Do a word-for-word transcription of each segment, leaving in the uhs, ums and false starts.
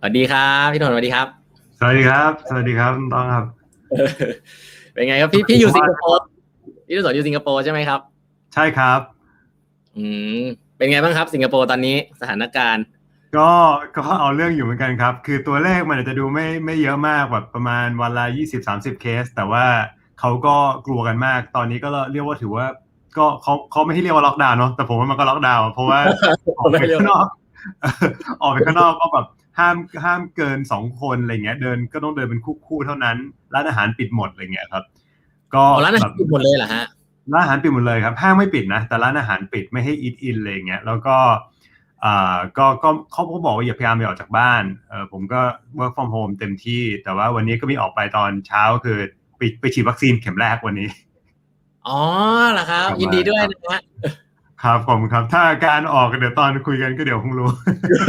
วัสดีครับพี่นนท์สวัสดีครับสวัสดีครับสวัสดีครับต้องครับเป็นไงครับพี่พี่อยู่สิงคโปร์พี่สอนอยู่สิงคโปร์ใช่ไหมครับใช่ครับอืมเป็นไงบ้างครับสิงคโปร์ตอนนี้สถานการณ์ก็ก็เอาเรื่องอยู่เหมือนกันครับคือตัวเลขมันอาจจะดูไม่ไม่เยอะมากแบบประมาณวันละยี่สิบสามสิบเคสแต่ว่าเขาก็กลัวกันมากตอนนี้ก็เรียกว่าถือว่าก็เขาเขาไม่ให้เรียกว่าล็อกดาวน์เนาะแต่ผมว่ามันก็ล็อกดาวน์เพราะว่าออกไปข้างนอกออกไปข้างนอกก็แบบห้ามห้ามเกินสองคนอะไรเงี้ยเดินก็ต้องเดินเป็นคู่คู่เท่านั้นร้านอาหารปิดหมดอะไรเงี้ยครับก็ร้านอาหารปิดหมดเลยเหรอฮะร้านอาหารปิดหมดเลยครับห้างไม่ปิดนะแต่ร้านอาหารปิดไม่ให้อีทอินอะไรเงี้ยแล้วก็อ่าก็ก็เขาก็บอกว่าอย่าพยายามไปออกจากบ้านเออผมก็ work from home เต็มที่แต่ว่าวันนี้ก็มีออกไปตอนเช้าคือไปไปฉีดวัคซีนเข็มแรกวันนี้อ๋อเหรอครับยินดีด้วยนะฮะครับผมครับถ้าการออกเดี๋ยวตอนคุยกันก็เดี๋ยวคงรู้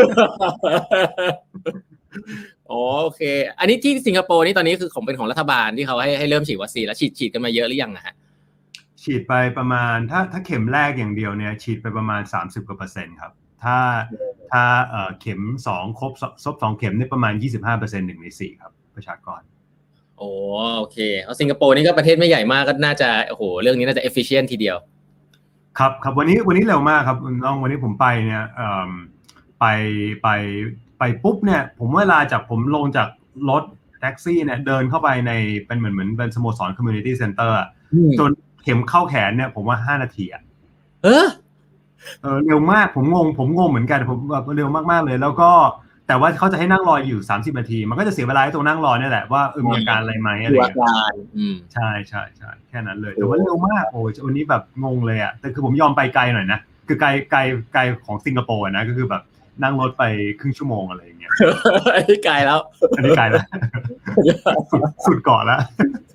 โอเคอันนี้ที่สิงคโปร์นี่ตอนนี้คือของเป็นของรัฐบาลที่เขาให้ให้เริ่มฉีดวัคซีนแล้วฉีดฉีดกันมาเยอะหรือยังอะฮะฉีดไปประมาณถ้าถ้าเข็มแรกอย่างเดียวเนี่ยฉีดไปประมาณสามสิบกว่าเปอร์เซ็นต์ครับถ้าถ้าเอ่อเข็มสองครบครบสองเข็มนี่ประมาณ ยี่สิบห้าเปอร์เซ็นต์ หนึ่งในสี่ครับประชากรโอ้โอเคเอาสิงคโปร์นี่ก็ประเทศไม่ใหญ่มากก็น่าจะโอ้โหเรื่องนี้น่าจะ efficient ทีเดียวครับครับวันนี้วันนี้เร็วมากครับน้องวันนี้ผมไปเนี่ยเอ่อไปไปไปปุ๊บเนี่ยผมเวลาจากผมลงจากรถแท็กซี่เนี่ยเดินเข้าไปในเป็นเหมือนเหมือนเป็นสโมสร community center อ่ะจนเข็มเข้าแขนเนี่ยผมว่าห้านาทีอ่ะเออเออเร็วมากผมงงผมงงเหมือนกันผมแบบเร็วมากๆเลยแล้วก็แต่ว่าเขาจะให้นั่งรออยู่สามสิบนาทีมันก็จะเสียเวลาตรงนั่งรอเนี่ยแหละว่าเออมีอาการอะไรไหมอะไรอย่างเงี้ยใช่ใช่ใช่แค่นั้นเลยแต่ว่าเร็วมากโอ้วันนี้แบบงงเลยอ่ะแต่คือผมยอมไปไกลหน่อยนะคือไกลไกลไกลของสิงคโปร์นะก็คือแบบนั่งรถไปครึ่งชั่วโมงอะไรอย่างเงี้ยอันนี้ไกลแล้วอันนี้ไกลแล้วสุดเกาะแล้ว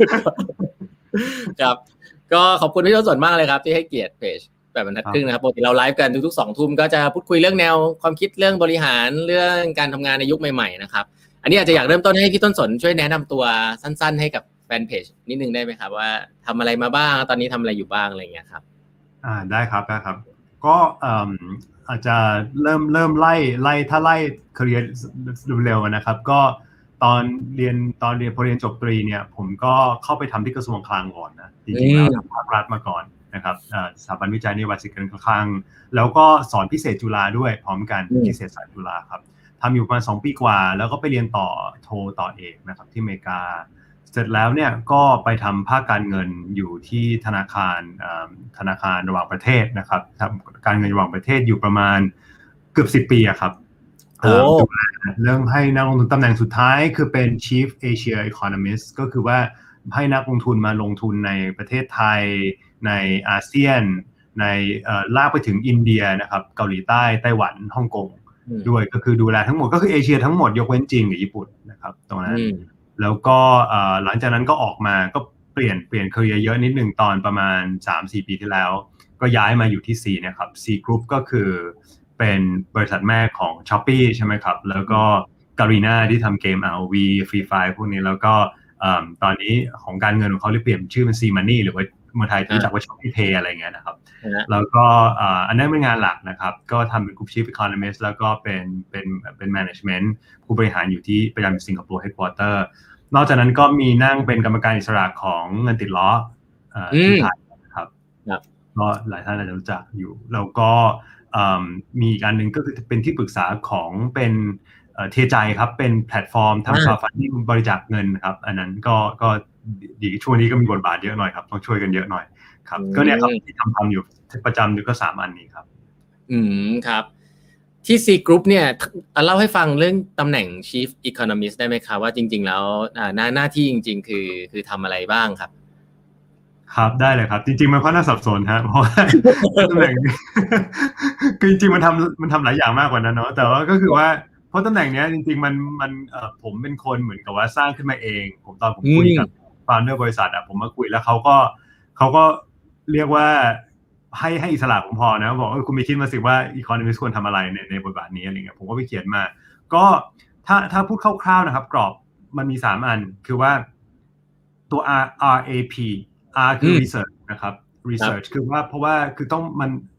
ครับก็ขอบคุณพี่ต้นส่วนมากเลยครับที่ให้เกียรติเพจแบบบรรทัดครึ่งนะครับปกติเราไลฟ์กันทุกๆสองทุ่มก็จะพูดคุยเรื่องแนวความคิดเรื่องบริหารเรื่องการทำงานในยุคใหม่ๆนะครับอันนี้อาจจะอยากเริ่มต้นให้พี่ต้นสนช่วยแนะนำตัวสั้นๆให้กับแฟนเพจนิดนึงได้ไหมครับว่าทำอะไรมาบ้างตอนนี้ทำอะไรอยู่บ้างอะไรอย่างเงี้ยครับอ่าได้ครับได้ครับก็อาจจะเริ่มเริ่มไล่ไล่ถ้าไล่คาเรียร์เร็วๆนะครับก็ตอนเรียนตอนเรียนพอเรียนจบตรีเนี่ยผมก็เข้าไปทำที่กระทรวงคลังก่อนนะจริงๆแล้วทำภาครัฐมาก่อนนะครับสถาบันวิจัยนโยบายเศรษฐกิจการคลังแล้วก็สอนพิเศษจุฬาด้วยพร้อมกันพิเศษศาสตร์จุฬาครับทำอยู่ประมาณสองปีกว่าแล้วก็ไปเรียนต่อโทต่อเอกนะครับที่อเมริกาเสร็จแล้วเนี่ยก็ไปทำภาคการเงินอยู่ที่ธนาคารธนาคารระหว่างประเทศนะครับทำการเงินระหว่างประเทศอยู่ประมาณเกือบสิบปีอะครับเรื่องให้นักลงทุนตำแหน่งสุดท้ายคือเป็น Chief Asia Economist ก็คือว่าให้นักลงทุนมาลงทุนในประเทศไทยในอาเซียนในลากไปถึงอินเดียนะครับเกาหลีใต้ไต้หวันฮ่องกงด้วยก็คือดูแลทั้งหมดก็คือเอเชียทั้งหมดยกเว้นจีนกับญี่ปุ่นนะครับตรงนั้นแล้วก็หลังจากนั้นก็ออกมาก็เปลี่ยนเปลี่ยน career เยอะนิดนึงตอนประมาณ สามถึงสี่ ปีที่แล้วก็ย้ายมาอยู่ที่ C นะครับ C Group ก็คือเป็นบริษัทแม่ของ Shopee ใช่ไหมครับแล้วก็ Garena ที่ทำเกม อาร์ โอ วี Free Fire พวกนี้แล้วก็ตอนนี้ของการเงินของเขาเปลี่ยนชื่อเป็น C Money หรือว่าเมืองไทยรู้จักว่า Shopee Pay อะไรเงี้ยนะครับแล้วก็อันนั้นเป็นงานหลักนะครับก็ทำเป็น Group Chief Economist แล้วก็เป็นเป็นเป็น Management ผู้บริหารอยู่ที่ประจำสิงคโปร์ Headquarter นอกจากนั้นก็มีนั่งเป็นกรรมการอิสระของเงินติดล้อที่ไทยนะครับก็หลายท่านอาจจะรู้จักอยู่แล้วก็มีอีกอันหนึ่งก็คือเป็นที่ปรึกษาของเป็นเทใจครับเป็นแพลตฟอร์มทำ crowdfunding บริจาคเงินครับอันนั้นก็ก็ดีช่วงนี้ก็มีบทบาทเยอะหน่อยครับต้องช่วยกันเยอะหน่อยครับก็เนี่ยครับที่ทำทำอยู่ประจำอยู่ก็สามอันนี้ครับอืมครับที่ C Group เนี่ยเล่าให้ฟังเรื่องตำแหน่ง Chief Economist ได้ไหมครับว่าจริงๆแล้วหน้าหน้าที่จริงๆคือคือทำอะไรบ้างครับครับได้เลยครับจริงๆมันก็น่าสับสนฮะเพราะว่าตำแหน่งคือจริงๆมันทำมันทำหลายอย่างมากกว่านั้นเนาะแต่ว่าก็คือว่าเพราะตำแหน่งนี้จริงๆมันมันเอ่อผมเป็นคนเหมือนกับว่าสร้างขึ้นมาเองผมตอนผมคุยกับฟาวเนอร์บริษัทอ่ะผมมาคุยแล้วเขาก็เขาก็เรียกว่าให้ให้อิสระผมพอนะบอกเออคุณไปคิดมาสิว่าอีโคโนมิสควรทำอะไรในในบทบาทนี้อะไรเงี้ยผมก็ไปเขียนมาก็ถ้าถ้าพูดคร่าวๆนะครับกรอบมันมีสามอันคือว่าตัว R R A P R คือ research นะครับ research คือว่าเพราะว่าคือต้องมัน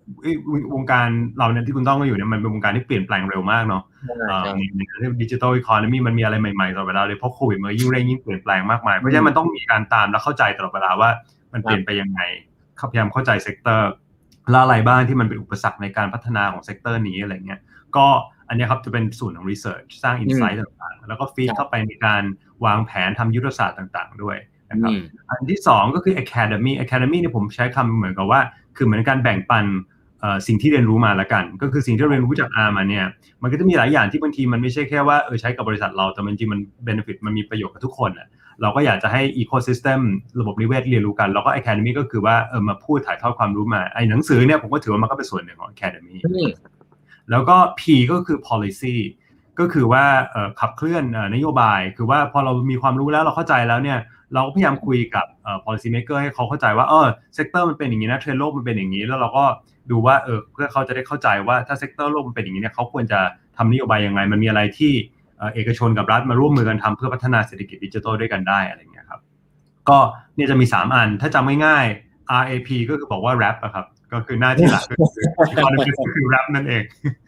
วงการเราเนี่ยที่คุณต้องก็อยู่เนี่ยมันเป็นวงการที่เปลี่ยนแปลงเร็วมากเนาะในในดิจิทัลอีโคโนมีมันมีอะไรใหม่ๆตลอดเวลาเลยเพราะโควิดมันยิ่งเร่งยิ่งเปลี่ยนแปลงมากมายเพราะฉะนั้นมันต้องมีการตามและเข้าใจตลอดเวลาว่ามันเปลี่ยนไปยังไงพยายามเข้าใจเซกเตอร์และอะไรบ้างที่มันเป็นอุปสรรคในการพัฒนาของเซกเตอร์นี้อะไรเงี้ยก็อันนี้ครับจะเป็นส่วนของ research สร้าง insight ต่างๆแล้วก็ฟีดเข้าไปในการวางแผนทำยุทธศาสตร์ต่างๆด้วยนะครับอันที่สองก็คือ academy academy เนี่ยผมใช้คำเหมือนกับว่าคือเหมือนการแบ่งปันสิ่งที่เรียนรู้มาละกันก็คือสิ่งที่เรียนรู้จาก อาร์ มาเนี่ยมันก็จะมีหลายอย่างที่บางทีมันไม่ใช่แค่ว่าเออใช้กับบริษัทเราแต่จริงๆมัน benefit มันมีประโยชน์กับทุกคนอ่ะเราก็อยากจะให้ ecosystem ระบบนิเวศเรียนรู้กันแล้วก็ academy ก็คือว่าเออมาพูดถ่ายทอดความรู้มาไอ้หนังสือเนี่ยผมก็ถือว่ามันก็เป็นส่วนหนึ่งของ academy แล้วก็ P ก็คือ policy ก็คือว่าเอ่อขับเคลื่อนนโยบายคือว่าพอเรามีความรู้แล้วเราเข้าใจแล้วเนี่ยเราก็พยายามคุยกับเอ่อ policy maker ให้เขาเข้าใจว่าเออเซกเตอร์มันเป็นอย่างนี้นะเทรนด์โลกมันเป็นอย่างนี้แล้วเราก็ดูว่าเออเพื่อเขาจะได้เข้าใจว่าถ้าเซกเตอร์โลกมันเป็นอย่างนี้เนี่ยเขาควรจะทำนโยบายยังไงมันมีอะไรที่เอกชนกับรัฐมาร่วมมือกันทำเพื่อพัฒนาเศรษฐกิจดิจิทัลด้วยกันได้อะไรอย่างเงี้ยครับก็เนี่ยจะมีสามอันถ้าจำง่ายๆ อาร์ เอ พี ก็คือบอกว่า rap อะครับก็คือหน้าที่หลักก็คือก็คือ rap นั่นเอง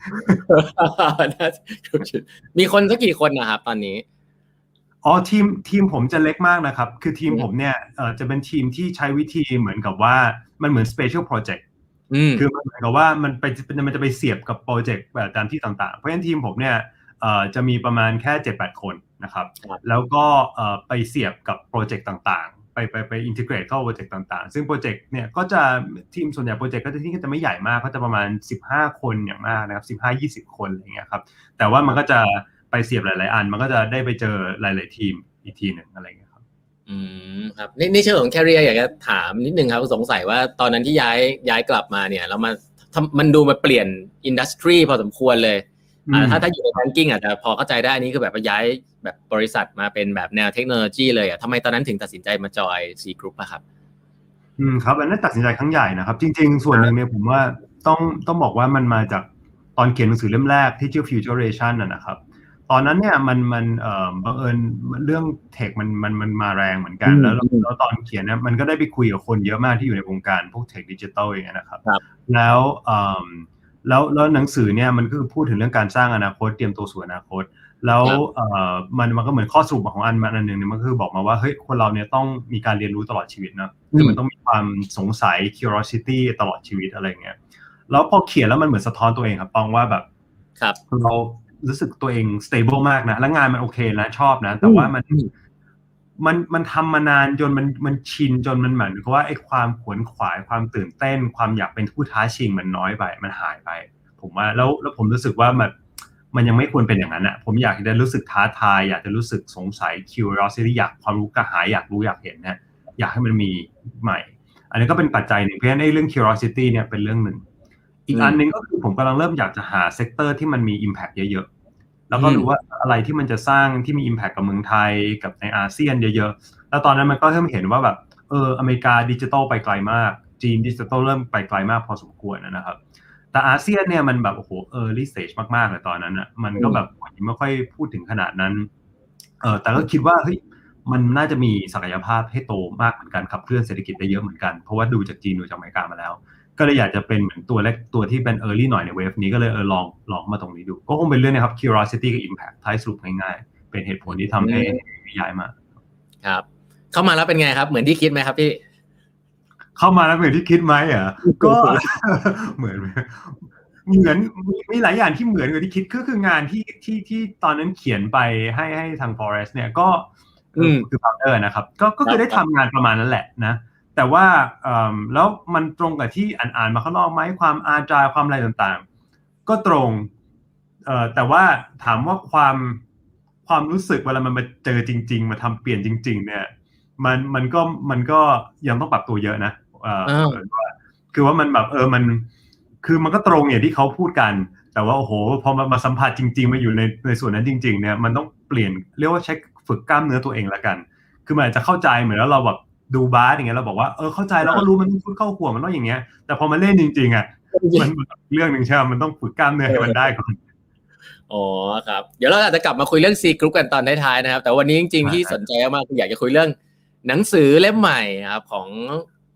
มีคนสักกี่คนนะครับตอนนี้อ๋อทีมทีมผมจะเล็กมากนะครับคือทีมผมเนี่ยเอ่อจะเป็นทีมที่ใช้วิธีเหมือนกับว่ามันเหมือน special project คือมันเหมือนกับว่ามันไปมันจะไปเสียบกับโปรเจกต์แบบตามที่ต่างๆเพราะฉะนั้นทีมผมเนี่ยเอ่อจะมีประมาณแค่ เจ็ดแปด คนนะครับแล้วก็เอ่อไปเสียบกับโปรเจกต์ต่างๆไปไปไปอินทิเกรตเข้าโปรเจกต์ต่างๆซึ่งโปรเจกต์เนี่ยก็จะทีมส่วนใหญ่โปรเจกต์ก็จะที่ก็จะไม่ใหญ่มากก็จะประมาณสิบห้าคนอย่างมากนะครับสิบห้า ยี่สิบคนอะไรเงี้ยครับแต่ว่ามันก็จะไปเสียบหลายๆอันมันก็จะได้ไปเจอหลายๆทีมอีกทีหนึ่งอะไรเงี้ยครับอืมครับในในเชิงของ career อยากจะถามนิดนึงครับสงสัยว่าตอนนั้นที่ย้ายย้ายกลับมาเนี่ยแล้วมามันดูมาเปลี่ยนอินดัสทรีพอสมควรเลยอ่าถ้าถ้าอยู่ในแบงกิ้งอาจจะพอเข้าใจได้อันนี้คือแบบย้ายแบบบริษัทมาเป็นแบบแนวเทคโนโลยีเลยอ่ะทำไมตอนนั้นถึงตัดสินใจมาจอย C Group อะครับอืมครับอันนั้นตัดสินใจครั้งใหญ่นะครับจริงๆส่วนหนึ่งเนี่ยผมว่าต้องต้องบอกว่ามันมาจากตอนเขียนหนังสือเล่มแรกที่ชื่อ Futuration น่ะนะครับตอนนั้นเนี่ยมันมันเอ่อบังเอิญเรื่องเทคมันมันมันมาแรงเหมือนกันแล้วแล้วตอนเขียนเนี่ยมันก็ได้ไปคุยกับคนเยอะมากที่อยู่ในวงการพวกเทคดิจิทัลอย่างเงี้ยนะครับแล้วเอ่อแล้วแล้วหนังสือเนี่ยมันก็พูดถึงเรื่องการสร้างอนาคตเตรียมตัวสู่อนาคตแล้วเอ่อมันมันก็เหมือนข้อสรุปของอันมันอันนึงเนี่ยมันคือบอกมาว่าเฮ้ยคนเราเนี่ยต้องมีการเรียนรู้ตลอดชีวิตนะคือมันต้องมีความสงสัย curiosity ตลอดชีวิตอะไรเงี้ยแล้วพอเขียนแล้วมันเหมือนสะท้อนตัวเองครับปองว่าแบบเรารู้สึกตัวเอง stable มากนะแล้วงานมันโอเคนะชอบนะแต่ว่ามันมันมันทำมานานจนมันมันชินจนมันเหมือนกับว่าไอ้ความขวนขวายความตื่นเต้นความอยากเป็นผู้ท้าชิงมันน้อยไปมันหายไปผมว่าแล้วแล้วผมรู้สึกว่ามันมันยังไม่ควรเป็นอย่างนั้นอ่ะผมอยากจะรู้สึกท้าทายอยากจะรู้สึกสงสัย curiosity อยากความรู้กระหายอยากรู้อยากเห็นนะอยากให้มันมีใหม่อันนี้ก็เป็นปัจจัยหนึ่งเพราะฉะนั้นเรื่อง curiosity เนี่ยเป็นเรื่องหนึ่งอีกอันนึงก็คือผมกำลังเริ่มอยากจะหาเซกเตอร์ที่มันมี impact เยอะๆแล้วก็รู้ว่าอะไรที่มันจะสร้างที่มี impact กับเมืองไทยกับในอาเซียนเยอะๆแล้วตอนนั้นมันก็เริ่มเห็นว่าแบบเอออเมริกาดิจิทัลไปไกลมากจีนดิจิทัลเริ่มไปไกลมากพอสมควรนะครับแต่อาเซียนเนี่ยมันแบบโอ้โห early stage มากๆเลยตอนนั้นอ่ะมันก็แบบไม่ค่อยพูดถึงขนาดนั้นเออแต่ก็คิดว่าเฮ้ยมันน่าจะมีศักยภาพให้โตมากเหมือนกันขับเคลื่อนเศรษฐกิจได้เยอะเหมือนกันเพราะว่าดูจากจีนดูจากอเมริกามาแล้วก็เลยอยากจะเป็นเหมือนตัวเล็กตัวที่เป็น early หน่อยในเวฟนี้ก็เลยเออลองลองมาตรงนี้ดูก็คงเป็นเรื่องนะครับ curiosity กับ impact ท้ายสรุปง่ายๆเป็นเหตุผลที่ทำให้ย้ายมาครับเข้ามาแล้วเป็นไงครับเหมือนที่คิดไหมครับพี่เข้ามาแล้วเหมือนที่คิดไหมอ่ะก็เหมือนเหมือนมีหลายอย่างที่เหมือนกับที่คิดก็คืองานที่ที่ที่ตอนนั้นเขียนไปให้ให้ทาง Forest เนี่ยก็คือ founder นะครับก็ก็คือได้ทำงานประมาณนั้นแหละนะแต่ว่าแล้วมันตรงกับที่อ่านๆมาข้างนอกไหมความอาจารย์ความอะไรต่างๆก็ตรงแต่ว่าถามว่าความความรู้สึกเวลามันมาเจอจริงๆมาทำเปลี่ยนจริงๆเนี่ยมันมันก็มันก็ยังต้องปรับตัวเยอะนะคือว่ามันแบบเออมันคือมันก็ตรงอย่างที่เขาพูดกันแต่ว่าโอ้โหพอมามาสัมผัสจริงๆมาอยู่ในในส่วนนั้นจริงๆเนี่ยมันต้องเปลี่ยนเรียกว่าใช้ฝึกกล้ามเนื้อตัวเองละกันคือมันอาจจะเข้าใจเหมือนแล้วเราแบบดูบาสอย่างเงี้ยเราบอกว่าเออเข้าใจเราก็รู้มันต้องเข้าหัวมันต้องอย่างเงี้ยแต่พอมาเล่นจริงๆอ่ะมันเรื่องนึงใช่ไหมมันต้องฝึกกล้ามเนื้อให้มันได้ก่อนอ๋อครับเดี๋ยวเราอาจจะกลับมาคุยเรื่อง C Group กันตอนท้ายๆนะครับแต่วันนี้จริงๆที่สนใจมากคืออยากจะคุยเรื่องหนังสือเล่มใหม่ครับของ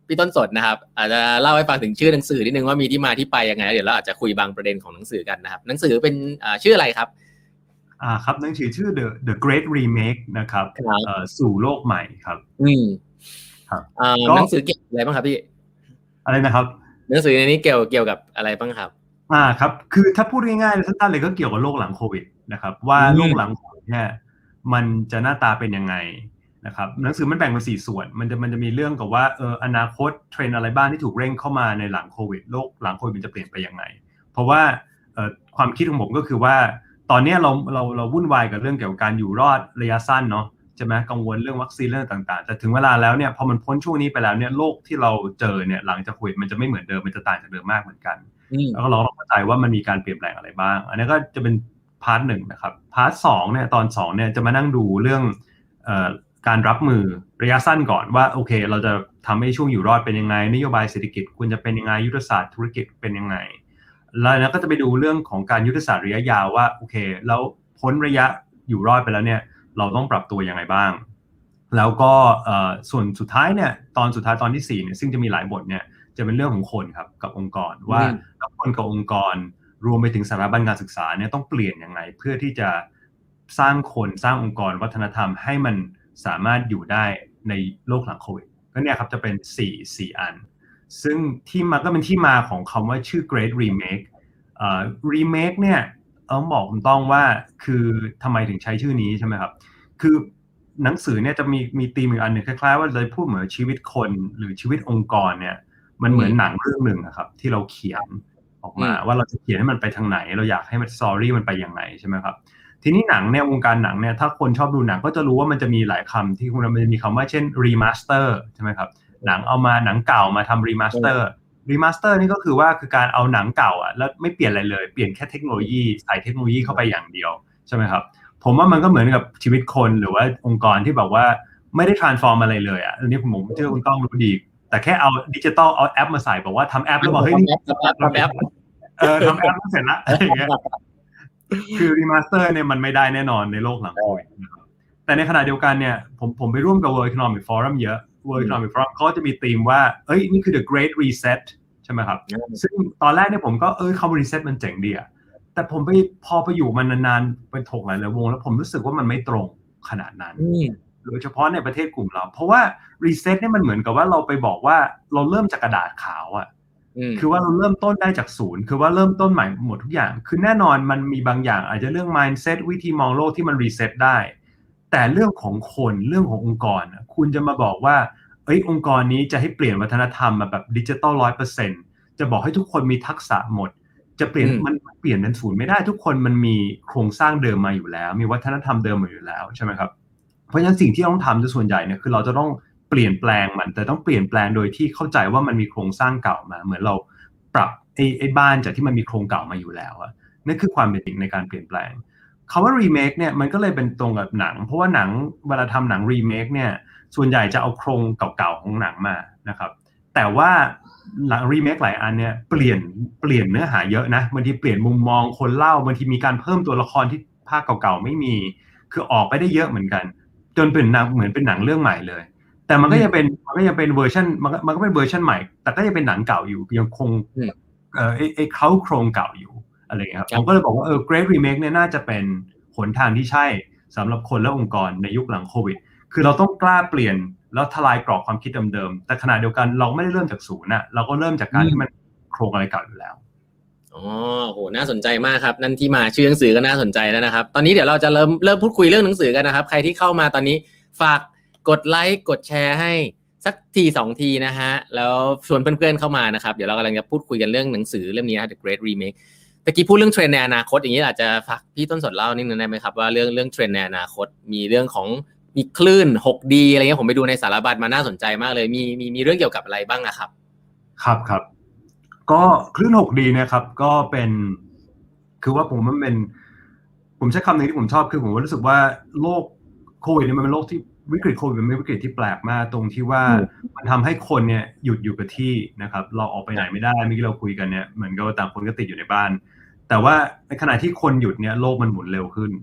พี่ต้นสดนะครับอาจจะเล่าให้ฟังถึงชื่อหนังสือนิดนึงว่ามีที่มาที่ไปยังไงเดี๋ยวเราอาจจะคุยบางประเด็นของหนังสือกันนะครับหนังสือเป็นอ่าชื่ออะไรครับอ่าครับหนังสือชื่อ The The Great Remake นะครับเอ่อสู่โลกใหม่ครับอืมครับอ่าหนังสือเกี่ยวกับอะไรบ้างครับพี่อะไรนะครับหนังสือในนี้เกี่ยวเกี่ยวกับอะไรบ้างครับอ่าครับคือถ้าพูดง่ายๆสั้นๆเลยก็เกี่ยวกับโลกหลังโควิดนะครับว่าโลกหลังโควิดเนี่ยมันจะหน้าตาเป็นยังไงนะครับหนังสือมันแบ่งเป็นสี่ส่วนมันจะมันจะมีเรื่องกับว่าเอออนาคตเทรนด์อะไรบ้างที่ถูกเร่งเข้ามาในหลังโควิดโลกหลังโควิดมันจะเปลี่ยนไปยังไงเพราะว่าเอ่อความคิดของผมก็คือว่าตอนนี้เราเราเราวุ่นวายกับเรื่องเกี่ยวกับการอยู่รอดระยะสั้นเนาะใช่ไหมกังวลเรื่องวัคซีนเรื่องต่างๆแต่ถึงเวลาแล้วเนี่ยพอมันพ้นช่วงนี้ไปแล้วเนี่ยโลกที่เราเจอเนี่ยหลังจากโควิดมันจะไม่เหมือนเดิมมันจะต่างจากเดิมมากเหมือนกันแล้วก็เราต้องเข้าใจว่ามันมีการเปลี่ยนแปลงอะไรบ้างอันนี้ก็จะเป็นพาร์ทหนึ่งนะครับพาร์ทสองเนี่ยตอนสองเนี่ยจะมานั่งดูเรื่องเอ่อการรับมือระยะสั้นก่อนว่าโอเคเราจะทำให้ช่วงอยู่รอดเป็นยังไงนโยบายเศรษฐกิจควรจะเป็นยังไงยุทธศาสตร์ธุรกิจเป็นยังไงแล้วนะก็จะไปดูเรื่องของการยุทธศาสตร์ระยะยาวว่าโอเคแล้วพ้นระยะอยู่รอดไปแล้วเนี่ยเราต้องปรับตัวยังไงบ้างแล้วก็ส่วนสุดท้ายเนี่ยตอนสุดท้ายตอนที่สี่เนี่ยซึ่งจะมีหลายบทเนี่ยจะเป็นเรื่องของคนครับกับองค์กรว่าคนกับองค์กรรวมไปถึงสถาบันการศึกษาเนี่ยต้องเปลี่ยนยังไงเพื่อที่จะสร้างคนสร้างองค์กรวัฒนธรรมให้มันสามารถอยู่ได้ในโลกหลังโควิดก็เนี่ยครับจะเป็นสี่ สี่อันซึ่งที่มาก็เป็นที่มาของคำว่าชื่อ Great Remake เอ่อ Remake เนี่ยต้องบอกคุณต้องว่าคือทำไมถึงใช้ชื่อนี้ใช่ไหมครับคือหนังสือเนี่ยจะมีมีธีมอีกอันหนึ่งคล้ายๆว่าจะพูดเหมือนชีวิตคนหรือชีวิตองค์กรเนี่ยมันเหมือนหนังเรื่องหนึ่งครับที่เราเขียนออกมาว่าเราจะเขียนให้มันไปทางไหนเราอยากให้มันสตอรี่มันไปอย่างไรใช่ไหมครับทีนี้หนังเนี่ยวงการหนังเนี่ยถ้าคนชอบดูหนังก็จะรู้ว่ามันจะมีหลายคำที่คุณมันจะมีคำว่าเช่นรีมาสเตอร์ใช่ไหมครับหนังเอามาหนังเก่ามาทำรีมาสเตอร์รีมาสเตอร์นี่ก็คือว่าคือการเอาหนังเก่าอ่ะแล้วไม่เปลี่ยนอะไรเลยเปลี่ยนแค่เทคโนโลยีใส่เทคโนโลยีเข้าไปอย่างเดียวใช่ไหมครับผมว่ามันก็เหมือนกับชีวิตคนหรือว่าองค์กรที่แบบว่าไม่ได้ transform อะไรเลยอ่ะอันนี้ผมเชื่อคุณต้องรู้ดีแต่แค่เอาดิจิตอลเอาแอปมาใส่บอกว่าทำแอปแล้วบอกเฮ้ยนี่ทำแอปเออทำแอปเสร็จละอะไรอย่างเงี้ยคือรีมาสเตอร์เนี่ยมันไม่ได้แน่นอนในโลกหลังโควิดนะครับแต่ในขณะเดียวกันเนี่ยผมผมไปร่วมกับ World Economic Forum เยอะ World Economic Forum เขาจะมีธีมว่าเอ้ยนี่คือ the Great Reset ใช่ไหมครับซึ่งตอนแรกเนี่ยผมก็เออคำว่า reset มันเจ๋งดีอะแต่ผมไปพอไปอยู่มันนานๆไปถกหลายๆวงแล้วผมรู้สึกว่ามันไม่ตรงขนาดนั้นโดยเฉพาะในประเทศกลุ่มเราเพราะว่า reset เนี่ยมันเหมือนกับว่าเราไปบอกว่าเราเริ่มจากกระดาษขาวอะคือว่าเราเริ่มต้นได้จากศูนย์คือว่าเริ่มต้นใหม่หมดทุกอย่างคือแน่นอนมันมีบางอย่างอาจจะเรื่อง mindset วิธีมองโลกที่มัน reset ได้แต่เรื่องของคนเรื่องขององค์กรคุณจะมาบอกว่าเอ้ยองค์กรนี้จะให้เปลี่ยนวัฒนธรรมมาแบบดิจิตอล ร้อยเปอร์เซ็นต์ จะบอกให้ทุกคนมีทักษะหมดจะเปลี่ยนมันเปลี่ยนเป็นศูนย์ไม่ได้ทุกคนมันมีโครงสร้างเดิมมาอยู่แล้วมีวัฒนธรรมเดิมมาอยู่แล้วใช่ไหมครับเพราะฉะนั้นสิ่งที่ต้องทำส่วนใหญ่เนี่ยคือเราจะต้องเปลี่ยนแปลงมันแต่ต้องเปลี่ยนแปลงโดยที่เข้าใจว่ามันมีโครงสร้างเก่ามาเหมือนเราปรับไอ้ไอ้บ้านจากที่มันมีโครงเก่ามาอยู่แล้วอะนั่นคือความเป็นจริงในการเปลี่ยนแปลงคำว่า remake เนี่ยมันก็เลยเป็นตรงกับหนังเพราะว่าหนังเวลาทำหนัง remake เนี่ยส่วนใหญ่จะเอาโครงเก่าๆของหนังมานะครับแต่ว่าหลัง remake หลายอันเนี่ยเปลี่ยนเปลี่ยนเนื้อหาเยอะนะบางทีเปลี่ยนมุมมองคนเล่าบางทีมีการเพิ่มตัวละครที่ภาคเก่าๆไม่มีคือออกไปได้เยอะเหมือนกันจนเป็นหนังเหมือนเป็นหนังเรื่องใหม่เลยแต่มันก็ยังเป็นมันก็ยังเป็นเวอร์ชันมันก็มันก็เป็นเวอร์ชันใหม่แต่ก็ยังเป็นหนังเก่าอยู่ยังคงเอ่อไอ้ไอ้เขาโครงเก่าอยู่อะไรอย่างเงี้ยครับผมก็เลยบอกว่าเออ Great Remake เนี่ยน่าจะเป็นหนทางที่ใช่สำหรับคนและองค์กรในยุคหลังโควิดคือเราต้องกล้าเปลี่ยนแล้วทลายกรอบความคิดเดิมๆแต่ขณะเดียวกันเราไม่ได้เริ่มจากศูนย์น่ะเราก็เริ่มจากการที่มันโครงอะไรเก่าอยู่แล้วอ๋อโหน่าสนใจมากครับนั่นที่มาชื่อหนังสือก็น่าสนใจแล้วนะครับตอนนี้เดี๋ยวเราจะเริ่มเริ่มพูดคุยเรื่องหนังสือกันนะครับใครที่เข้ามาตอนนี้ฝากกดไลค์กดแชร์ให้สักทีสองทีนะฮะแล้วชวนเพื่อนๆเข้ามานะครับเดี๋ยวเรากำลังจะพูดคุยกันเรื่องหนังสือเล่มนี้นะ The Great Remake ตะกี้พูดเรื่องเทรนด์ในอนาคตอย่างนี้อาจจะฝากพี่ต้นสดเล่านิดนึงได้ไหมครับว่าเรื่องเรื่องเทรนด์ในอนาคตมีเรื่องของมีคลื่น หกดี อะไรเงี้ยผมไปดูในสารบัญมาน่าสนใจมากเลยมีมีมีเรื่องเกี่ยวกับอะไรบ้างอะครับครับครับก็คลื่น หกดี เนี่ยครับก็เป็นคือว่าผมมันเป็นผมใช้คำหนึ่งที่ผมชอบคือผมรู้สึกว่าโลกโควิดเนี่ยมันเป็นโลกที่วิกฤตโควิดเป็นวิกฤตที่แปลกมากตรงที่ว่ามันทำให้คนเนี่ยหยุดอยู่กับที่นะครับเราออกไปไหนไม่ได้เมื่อกี้เราคุยกันเนี่ยเหมือนกับต่างคนก็ติดอยู่ในบ้านแต่ว่าในขณะที่คนหยุดเนี่ยโลกมันหมุนเร็วขึ้น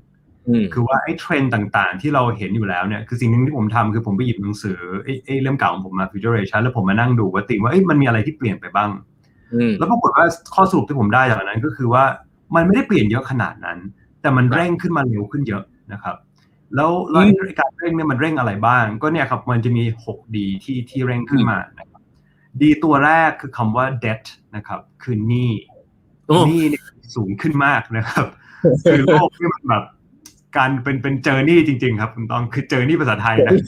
คือว่าไอ้เทรนด์ต่างๆที่เราเห็นอยู่แล้วเนี่ยคือสิ่งหนึ่งที่ผมทำคือผมไปหยิบหนังสือไอ้ไอ้เล่มเก่าของผมมา Futuration แล้วผมมานั่งดูว่าติว่าเอ้ยมันมีอะไรที่เปลี่ยนไปบ้างแล้วปรากฏว่าข้อสรุปที่ผมได้จากนั้นก็คือว่ามันไม่ได้เปลี่ยนเยอะขนาดนั้นแต่มันเร่งขึ้นมาเร็วขึ้นเยอะนะครับแล้วแล้วการเร่งเนี่ยมันเร่งอะไรบ้างก็เนี่ยครับมันจะมีหกดีที่ที่เร่งขึ้นมานะครับดีตัวแรกคือคำว่า debt นะครับคือหนี้หนี้เนี่ยสูงขึ้นมากนะครับคือโลกที่มันแบบการเป็นเป็นเจอร์นี่จริงๆครับคุณต้องคือเจอร์นี่ภาษาไทยนะ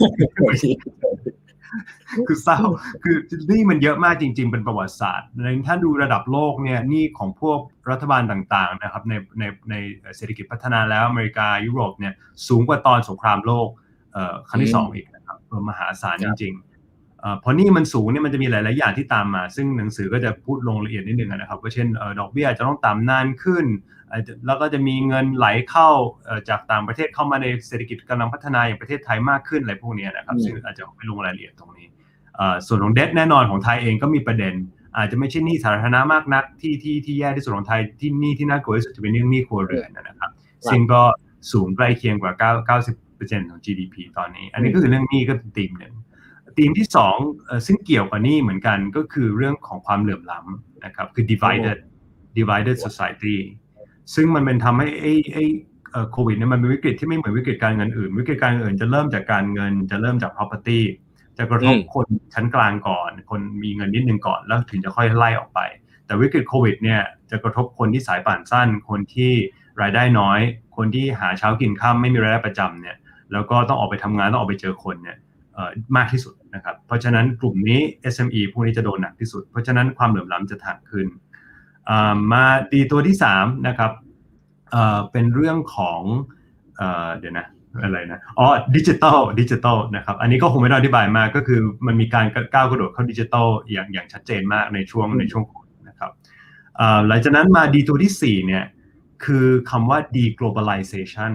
คือเศร้าคือหนี้มันเยอะมากจริงๆเป็นประวัติศาสตร์ในถ้าดูระดับโลกเนี่ยหนี้ของพวกรัฐบาลต่างๆนะครับในในในเศรษฐกิจพัฒนาแล้วอเมริกายุโรปเนี่ยสูงกว่าตอนสงครามโลกเอ่อครั้งที่สองอีกนะครับมหาศาลจริงๆเอ่อพอหนี้มันสูงเนี่ยมันจะมีหลายๆอย่างที่ตามมาซึ่งหนังสือก็จะพูดลงละเอียดนิดนึงนะครับก็เช่นเอ่อดอกเบี้ยจะต้องต่ำนานขึ้นแล้วก็จะมีเงินไหลเข้าจากต่างประเทศเข้ามาในเศรษฐกิจกำลังพัฒนาอย่างประเทศไทยมากขึ้นอะไรพวกนี้นะครับซึ่งอาจจะไม่ลงรายละเอียดตรงนี้ส่วนของเดทแน่นอนของไทยเองก็มีประเด็นอาจจะไม่ใช่หนี้สาธารณะมากนักที่ที่ที่แย่ที่สุดของไทยที่หนี้ที่น่ากลัวที่สุดจะเป็นเรื่องหนี้ครัวเรือนนะครับซึ่งก็สูงใกล้เคียงกว่าเก้าสิบเปอร์เซ็นต์ของ จี ดี พี ตอนนี้อันนี้ก็คือเรื่องหนี้ก็เป็นธีมหนึ่งธีมที่สองซึ่งเกี่ยวกับหนี้เหมือนกันก็คือเรื่องของความเหลื่อมล้ำนะครับคือ divided divided society ซึ่งมันเป็นทำให้ไอ้ไอ้โควิดเนี่ยมันเป็นวิกฤตที่ไม่เหมือนวิกฤตการเงินอื่นวิกฤตการเงินอื่นจะเริ่มจากการเงินจะเริ่มจาก property จะกระทบคนชั้นกลางก่อนคนมีเงินนิดนึงก่อนแล้วถึงจะค่อยไล่ออกไปแต่วิกฤตโควิดเนี่ยจะกระทบคนที่สายป่านสั้นคนที่รายได้น้อยคนที่หาเช้ากินค่ำไม่มีรายได้ประจำเนี่ยแล้วก็ต้องออกไปทำงานต้องออกไปเจอคนเนี่ยมากที่สุดนะครับเพราะฉะนั้นกลุ่มนี้ เอส เอ็ม อี พวกนี้จะโดนหนักที่สุดเพราะฉะนั้นความเหลื่อมล้ำจะถ่างขึ้นมาดีตัวที่สามนะครับเป็นเรื่องของเดี๋ยวนะอะไรนะอ๋อดิจิตอลดิจิตอลนะครับอันนี้ก็คงไม่ต้องอธิบายมากก็คือมันมีการก้าวกระโดดเข้าดิจิตอลอย่างอย่างชัดเจนมากในช่วงในช่วงโควิดนะครับหลังจากนั้นมาดีตัวที่สี่เนี่ยคือคำว่า deglobalization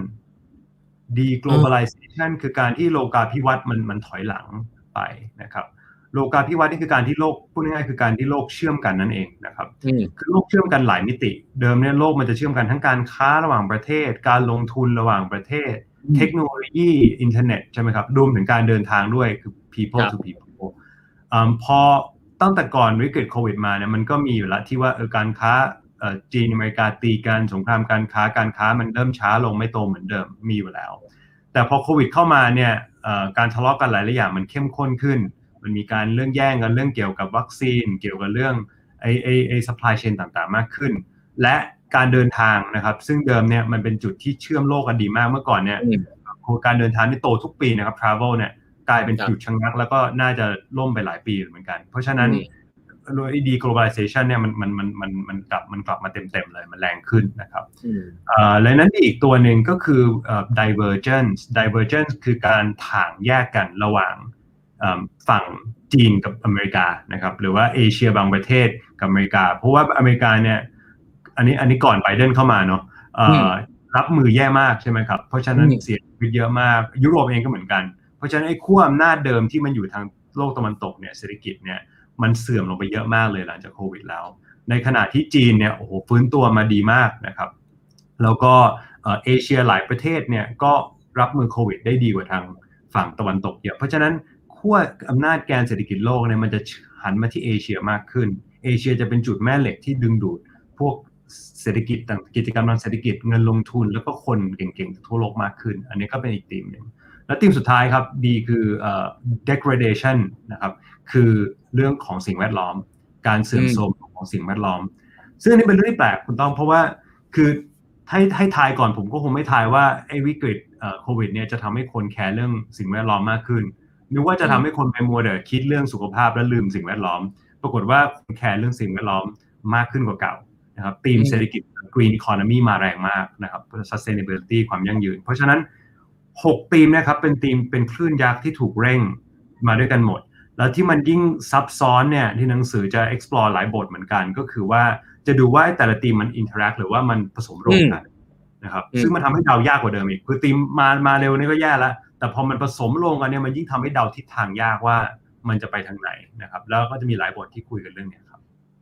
deglobalization คือการที่โลกาภิวัตน์มันมันถอยหลังไปนะครับโลกาภิวัตน์นี่คือการที่โลกพูดง่ายๆคือการที่โลกเชื่อมกันนั่นเองนะครับคือโลกเชื่อมกันหลายมิติเดิมเนี่ยโลกมันจะเชื่อมกันทั้งการค้าระหว่างประเทศการลงทุนระหว่างประเทศเทคโนโลยีอินเทอร์เน็ตใช่ไหมครับรวมถึงการเดินทางด้วยคือ people to people อ่าพอตั้งแต่ก่อนวิกฤตโควิดมาเนี่ยมันก็มีอยู่แล้วที่ว่าเออการค้าจีนอเมริกาตีกันสงครามการค้าการค้ามันเริ่มช้าลงไม่โตเหมือนเดิมมีอยู่แล้วแต่พอโควิดเข้ามาเนี่ยการทะเลาะกันหลายๆอย่างมันเข้มข้นขึ้นมันมีการเรื่องแย่งกันเรื่องเกี่ยวกับวัคซีนเกี่ยวกับเรื่องไอ้ไอ้ไอ้ supply chain ต่างๆมากขึ้นและการเดินทางนะครับซึ่งเดิมเนี่ยมันเป็นจุดที่เชื่อมโลกกันดีมากเมื่อก่อนเนี่ยการเดินทางที่โตทุกปีนะครับ travel เนี่ยกลายเป็นจุดชะงักแล้วก็น่าจะล่มไปหลายปีเหมือนกันเพราะฉะนั้นโดย deglobalization เนี่ยมันมันมันมันมันกลับมันกลับมาเต็มๆเลยมันแรงขึ้นนะครับอ่าและนั้นอีกตัวหนึ่งก็คือ divergence divergence คือการถ่างแยกกันระหว่างฝั่งจีนกับอเมริกานะครับหรือว่าเอเชียบางประเทศกับอเมริกาเพราะว่าอเมริกาเนี่ยอันนี้อันนี้ก่อนไบเดนเข้ามาเนาะรับมือแย่มากใช่ไหมครับเพราะฉะนั้นเสียชีวิตเยอะมากยุโรปเองก็เหมือนกันเพราะฉะนั้นไอ้ขั้วอำนาจเดิมที่มันอยู่ทางโลกตะวันตกเนี่ยเศรษฐกิจเนี่ยมันเสื่อมลงไปเยอะมากเลยหลังจากโควิดแล้วในขณะที่จีนเนี่ยโอ้โหฟื้นตัวมาดีมากนะครับแล้วก็เอเชียหลายประเทศเนี่ยก็รับมือโควิดได้ดีกว่าทางฝั่งตะวันตกเยอะเพราะฉะนั้นขั้วอำนาจแกนเศรษฐกิจโลกเนี่ยมันจะหันมาที่เอเชียมากขึ้นเอเชียจะเป็นจุดแม่เหล็กที่ดึงดูดพวกเศรษฐกิจต่างกิจกรรมทางเศรษฐกิจเงินลงทุนแล้วก็คนเก่งๆทั่วโลกมากขึ้นอันนี้ก็เป็นอีกธีมหนึ่งและธีมสุดท้ายครับ D คือ degradation นะครับคือเรื่องของสิ่งแวดล้อมการเสื่อมโทรมของสิ่งแวดล้อมซึ่งอันนี้เป็นเรื่องที่แปลกคุณต้องเพราะว่าคือให้ให้ทายก่อนผมก็คงไม่ทายว่าไอ้วิกฤตโควิดเนี่ยจะทำให้คนแคร์เรื่องสิ่งแวดล้อมมากขึ้นนึกว่าจะทำให้คนไปมัวแต่คิดเรื่องสุขภาพและลืมสิ่งแวดล้อมปรากฏว่าคนแคร์เรื่องสิ่งแวดล้อมมากขึ้นกว่าเก่านะครับธีมเศรษฐกิจ Green Economy มาแรงมากนะครับ Sustainability ความยั่งยืนเพราะฉะนั้นหกธีมนะครับเป็นธีมเป็นคลื่นยักษ์ที่ถูกเร่งมาด้วยกันหมดแล้วที่มันยิ่งซับซ้อนเนี่ยที่หนังสือจะ explore หลายบทเหมือนกันก็คือว่าจะดูว่าแต่ละธีมมัน interact หรือว่ามันผสมโรงกันนะครับซึ่งมันทำให้เดายากกว่าเดิมอีกคือธีมมามาเร็วนี่ก็แย่แล้วแต่พอมันผสมลงกันเนี่ยมันยิ่งทำให้เดาทิศทางยากว่ามันจะไปทางไหนนะครับแล้วก็จะมีหลายบทที่คุยกันเรื่องนี้ครับ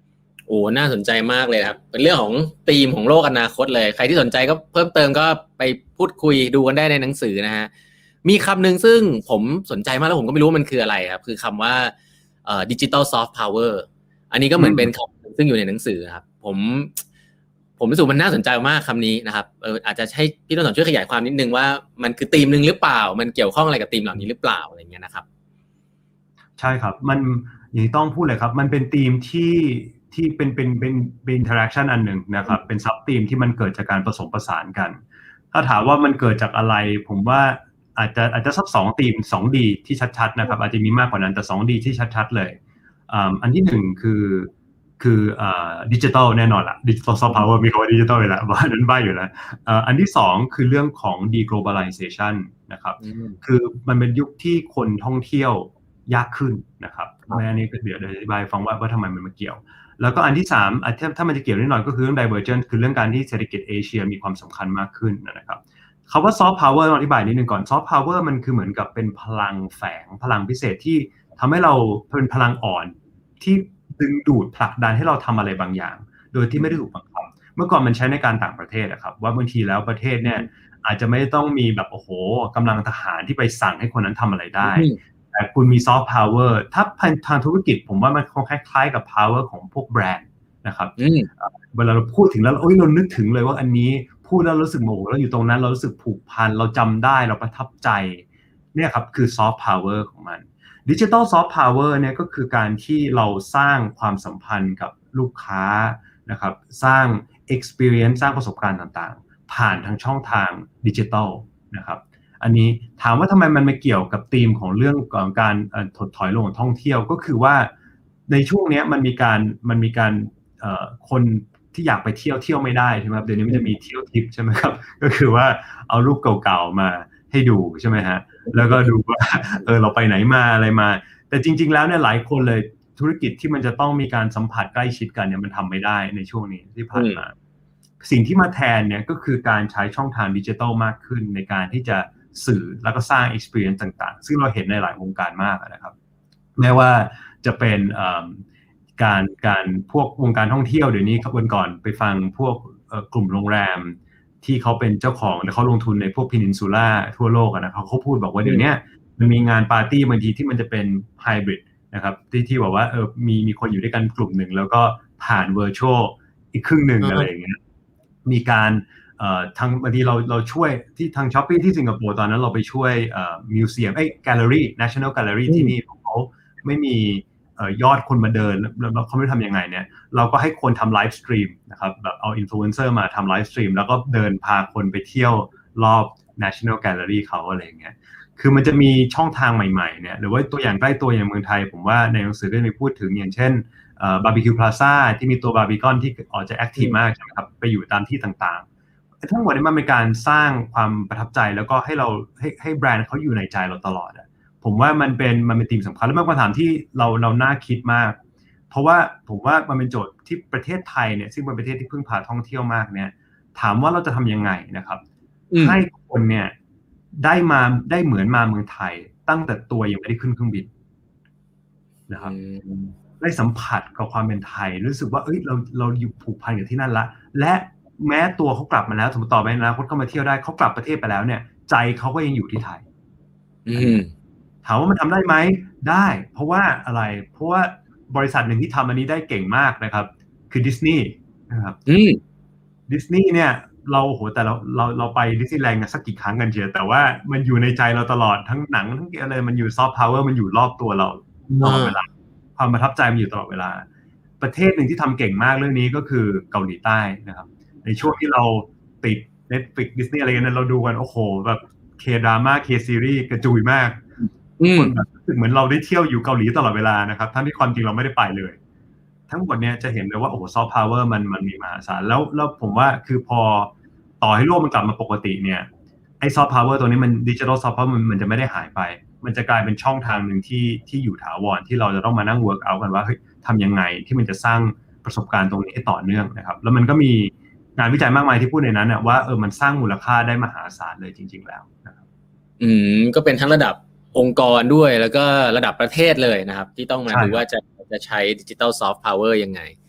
โอ้น่าสนใจมากเลยครับเป็นเรื่องของธีมของโลกอนาคตเลยใครที่สนใจก็เพิ่มเติมก็ไปพูดคุยดูกันได้ในหนังสือนะฮะมีคำหนึ่งซึ่งผมสนใจมากแล้วผมก็ไม่รู้ว่ามันคืออะไรครับคือคำว่าเอ่อ digital soft power อันนี้ก็เหมือนเป็นคำซึ่งอยู่ในหนังสือครับผมผมรู้สึกมันน่าสนใจมากคำนี้นะครับเอออาจจะให้พี่ต้นสนช่วยขยายความนิดนึงว่ามันคือธีมนึงหรือเปล่ามันเกี่ยวข้องอะไรกับธีมเหล่านี้หรือเปล่าอะไรเงี้ยนะครับใช่ครับมันอย่างที่ต้องพูดเลยครับมันเป็นธีมที่ที่เป็นเป็นเป็นเป็นอินเทอร์แอคชั่นอันหนึ่งนะครับเป็นซับธีมที่มันเกิดจากการผสมผสานกันถ้าถามว่ามันเกิดจากอะไรผมว่าอาจจะอาจจะสักสองธีมสองดีที่ชัดๆนะครับอาจจะมีมากกว่านั้นแต่สองดีที่ชัดๆเลยอันที่หนึ่งคือคือดิจิทัลแน่นอนละดิจิทัลซอฟต์พาวเวอร์มีคำว่าดิจิทัลอยู่แล้วว่านั้นบ้าอยู่แล้วอันที่สองคือเรื่องของ deglobalization นะครับคือมันเป็นยุคที่คนท่องเที่ยวยากขึ้นนะครับอันนี้ก็เดี๋ยวอธิบายฟังว่าว่าทำไมมันมาเกี่ยวแล้วก็อันที่สามถ้ามันจะเกี่ยวนิดหน่อยก็คือเรื่อง divergence คือเรื่องการที่เศรษฐกิจเอเชียมีความสำคัญมากขึ้นนะครับคำว่า soft power ต้องอธิบายนิดนึงก่อน soft power มันคือเหมือนกับเป็นพลังแฝงพลังพิเศษที่ทำให้เราเป็นพลังอ่อนที่ดึงดูดผลักดันให้เราทำอะไรบางอย่างโดยที่ไม่ได้ถูกบังคับเมื่อก่อนมันใช้ในการต่างประเทศนะครับว่าบางทีแล้วประเทศเนี่ยอาจจะไม่ต้องมีแบบโอ้โหกำลังทหารที่ไปสั่งให้คนนั้นทำอะไรได้แต่คุณมีซอฟต์พาวเวอร์ถ้าทางธุรกิจผมว่ามันคล้ายๆกับ power ของพวกแบรนด์นะครับเวลาเราพูดถึงแล้วโอ้ยเรานึกถึงเลยว่าอันนี้พูดแล้วรู้สึกโมโหเราอยู่ตรงนั้นเรารู้สึกผูกพันเราจำได้เราประทับใจเนี่ยครับคือซอฟต์พาวเวอร์ของมันดิจิทัลซอฟต์พาวเวอร์เนี่ยก็คือการที่เราสร้างความสัมพันธ์กับลูกค้านะครับสร้าง experience สร้างประสบการณ์ต่างๆผ่านทางช่องทางดิจิทัลนะครับอันนี้ถามว่าทำไมมันมาเกี่ยวกับธีมของเรื่องของการถดถอยลงของท่องเที่ยวก็คือว่าในช่วงนี้มันมีการมันมีการคนที่อยากไปเที่ยวเที่ยวไม่ได้ใช่ไหมครับเดี๋ยวนี้มันจะมีเที่ยวทิปใช่ไหมครับก็คือว่าเอารูปเก่าๆมาให้ดูใช่ไหมฮะแล้วก็ดูว่าเออเราไปไหนมาอะไรมาแต่จริงๆแล้วเนี่ยหลายคนเลยธุรกิจที่มันจะต้องมีการสัมผัสใกล้ชิดกันเนี่ยมันทำไม่ได้ในช่วงนี้ที่ผ่านมาสิ่งที่มาแทนเนี่ยก็คือการใช้ช่องทางดิจิทัลมากขึ้นในการที่จะสื่อแล้วก็สร้าง experience ต่างๆซึ่งเราเห็นในหลายวงการมากนะครับแม้ว่าจะเป็นการการพวกวงการท่องเที่ยวเดี๋ยวนี้ครับวันก่อนไปฟังพวกกลุ่มโรงแรมที่เขาเป็นเจ้าของและเขาลงทุนในพวก Peninsula ทั่วโลกนะครับเขาพูดบอกว่าเดี๋ยวนี้มันมีงานปาร์ตี้บางทีที่มันจะเป็นไฮบริดนะครับที่ที่บอกว่าเออมีมีคนอยู่ด้วยกันกลุ่มหนึ่งแล้วก็ผ่าน virtual อีกครึ่งหนึ่งอะไรอย่างเงี้ยมีการเอ่อทางบางทีเราเราช่วยที่ทาง Shopee ที่สิงคโปร์ตอนนั้นเราไปช่วยเอ่อมิวเซียมเอ้ย Gallery National Gallery ที่นี่ของเขาไม่มีเอ่อยอดคนมาเดินแล้วเขาไม่ทำยังไงเนี่ยเราก็ให้คนทำไลฟ์สตรีมนะครับแบบเอาอินฟลูเอนเซอร์มาทำไลฟ์สตรีมแล้วก็เดินพาคนไปเที่ยวรอบ National Gallery เขาอะไรอย่างเงี้ยคือมันจะมีช่องทางใหม่ๆเนี่ยหรือว่าตัวอย่างใกล้ตัวอย่างเมืองไทยผมว่าในหนังสือก็จะมีพูดถึงอย่างเช่นบาร์บีคิวพลาซ่าที่มีตัวบาร์บีคอนที่ออกจะแอคทีฟมากใช่ไหมครับไปอยู่ตามที่ต่างๆทั้งหมดนี้มันเป็นการสร้างความประทับใจแล้วก็ให้เราให้ให้แบรนด์เขาอยู่ในใจเราตลอดอ่ะผมว่ามันเป็นมันเป็นธีมสำคัญและมันเป็นคำถามที่เราเราน่าคิดมากเพราะว่าผมว่ามันเป็นโจทย์ที่ประเทศไทยเนี่ยซึ่งเป็นประเทศที่พึ่งพาท่องเที่ยวมากเนี่ยถามว่าเราจะทำยังไงนะครับให้คนเนี่ยได้มาได้เหมือนมาเมืองไทยตั้งแต่ตัวยังไม่ได้ขึ้นเครื่องบินนะครับได้สัมผัสกับความเป็นไทยรู้สึกว่าเอ้ยเราเราอยู่ผูกพันกับที่นั่นละและแม้ตัวเขากลับมาแล้วสมมติต่อไปนะเขาเข้ามาเที่ยวได้เขากลับประเทศไปแล้วเนี่ยใจเขาก็ยังอยู่ที่ไทยถามว่ามันทำได้ไหมได้เพราะว่าอะไรเพราะว่าบริษัทหนึ่งที่ทำอันนี้ได้เก่งมากนะครับคือดิสนีย์นะครับดิสนีย์เนี่ยเราโหแต่เราเราเราไปดิสนีย์แลนด์กันสักกี่ครั้งกันเชียวแต่ว่ามันอยู่ในใจเราตลอดทั้งหนังทั้งอะไรมันอยู่ซอฟต์พาวเวอร์มันอยู่รอบตัวเราตลอดเวลาความประทับใจมันอยู่ตลอดเวลาประเทศหนึ่งที่ทำเก่งมากเรื่องนี้ก็คือเกาหลีใต้นะครับในช่วงที่เราติด Netflix Disney อะไรกันนั้นเราดูกันโอ้โหแบบเคดราม่าเคซีรีส์กระจุยมากคนแบบรู้สึกเหมือนเราได้เที่ยวอยู่เกาหลีตลอดเวลานะครับทั้งที่ความจริงเราไม่ได้ไปเลยทั้งหมดเนี้ยจะเห็นเลยว่าโอ้โหซอฟต์พาวเวอร์มันมันมีมหาศาลแล้วแล้วผมว่าคือพอต่อให้โลกมันกลับมาปกติเนี่ยไอ้ซอฟต์พาวเวอร์ตัวนี้มันดิจิทัลซอฟต์พาวเวอร์มันจะไม่ได้หายไปมันจะกลายเป็นช่องทางหนึ่งที่ที่อยู่ถาวรที่เราจะต้องมานั่งเวิร์กเอาท์กันว่าเฮ้ยทำยังไงที่มันจะสร้างประสบการณ์ตรงนี้ให้ต่อเนื่องนะครับแล้วมันก็มีงานวิจัยมากมายที่พูดในนั้นน่ะว่าเออมันสร้างมูลค่าได้มหาศาลเลยจริงๆแล้วนะครับอืมก็เป็นทั้งระดับองค์กรด้วยแล้วก็ระดับประเทศเลยนะครับที่ต้องมาดูว่าจะจะใช้ดิจิทัลซอฟต์พาวเวอร์ยังไง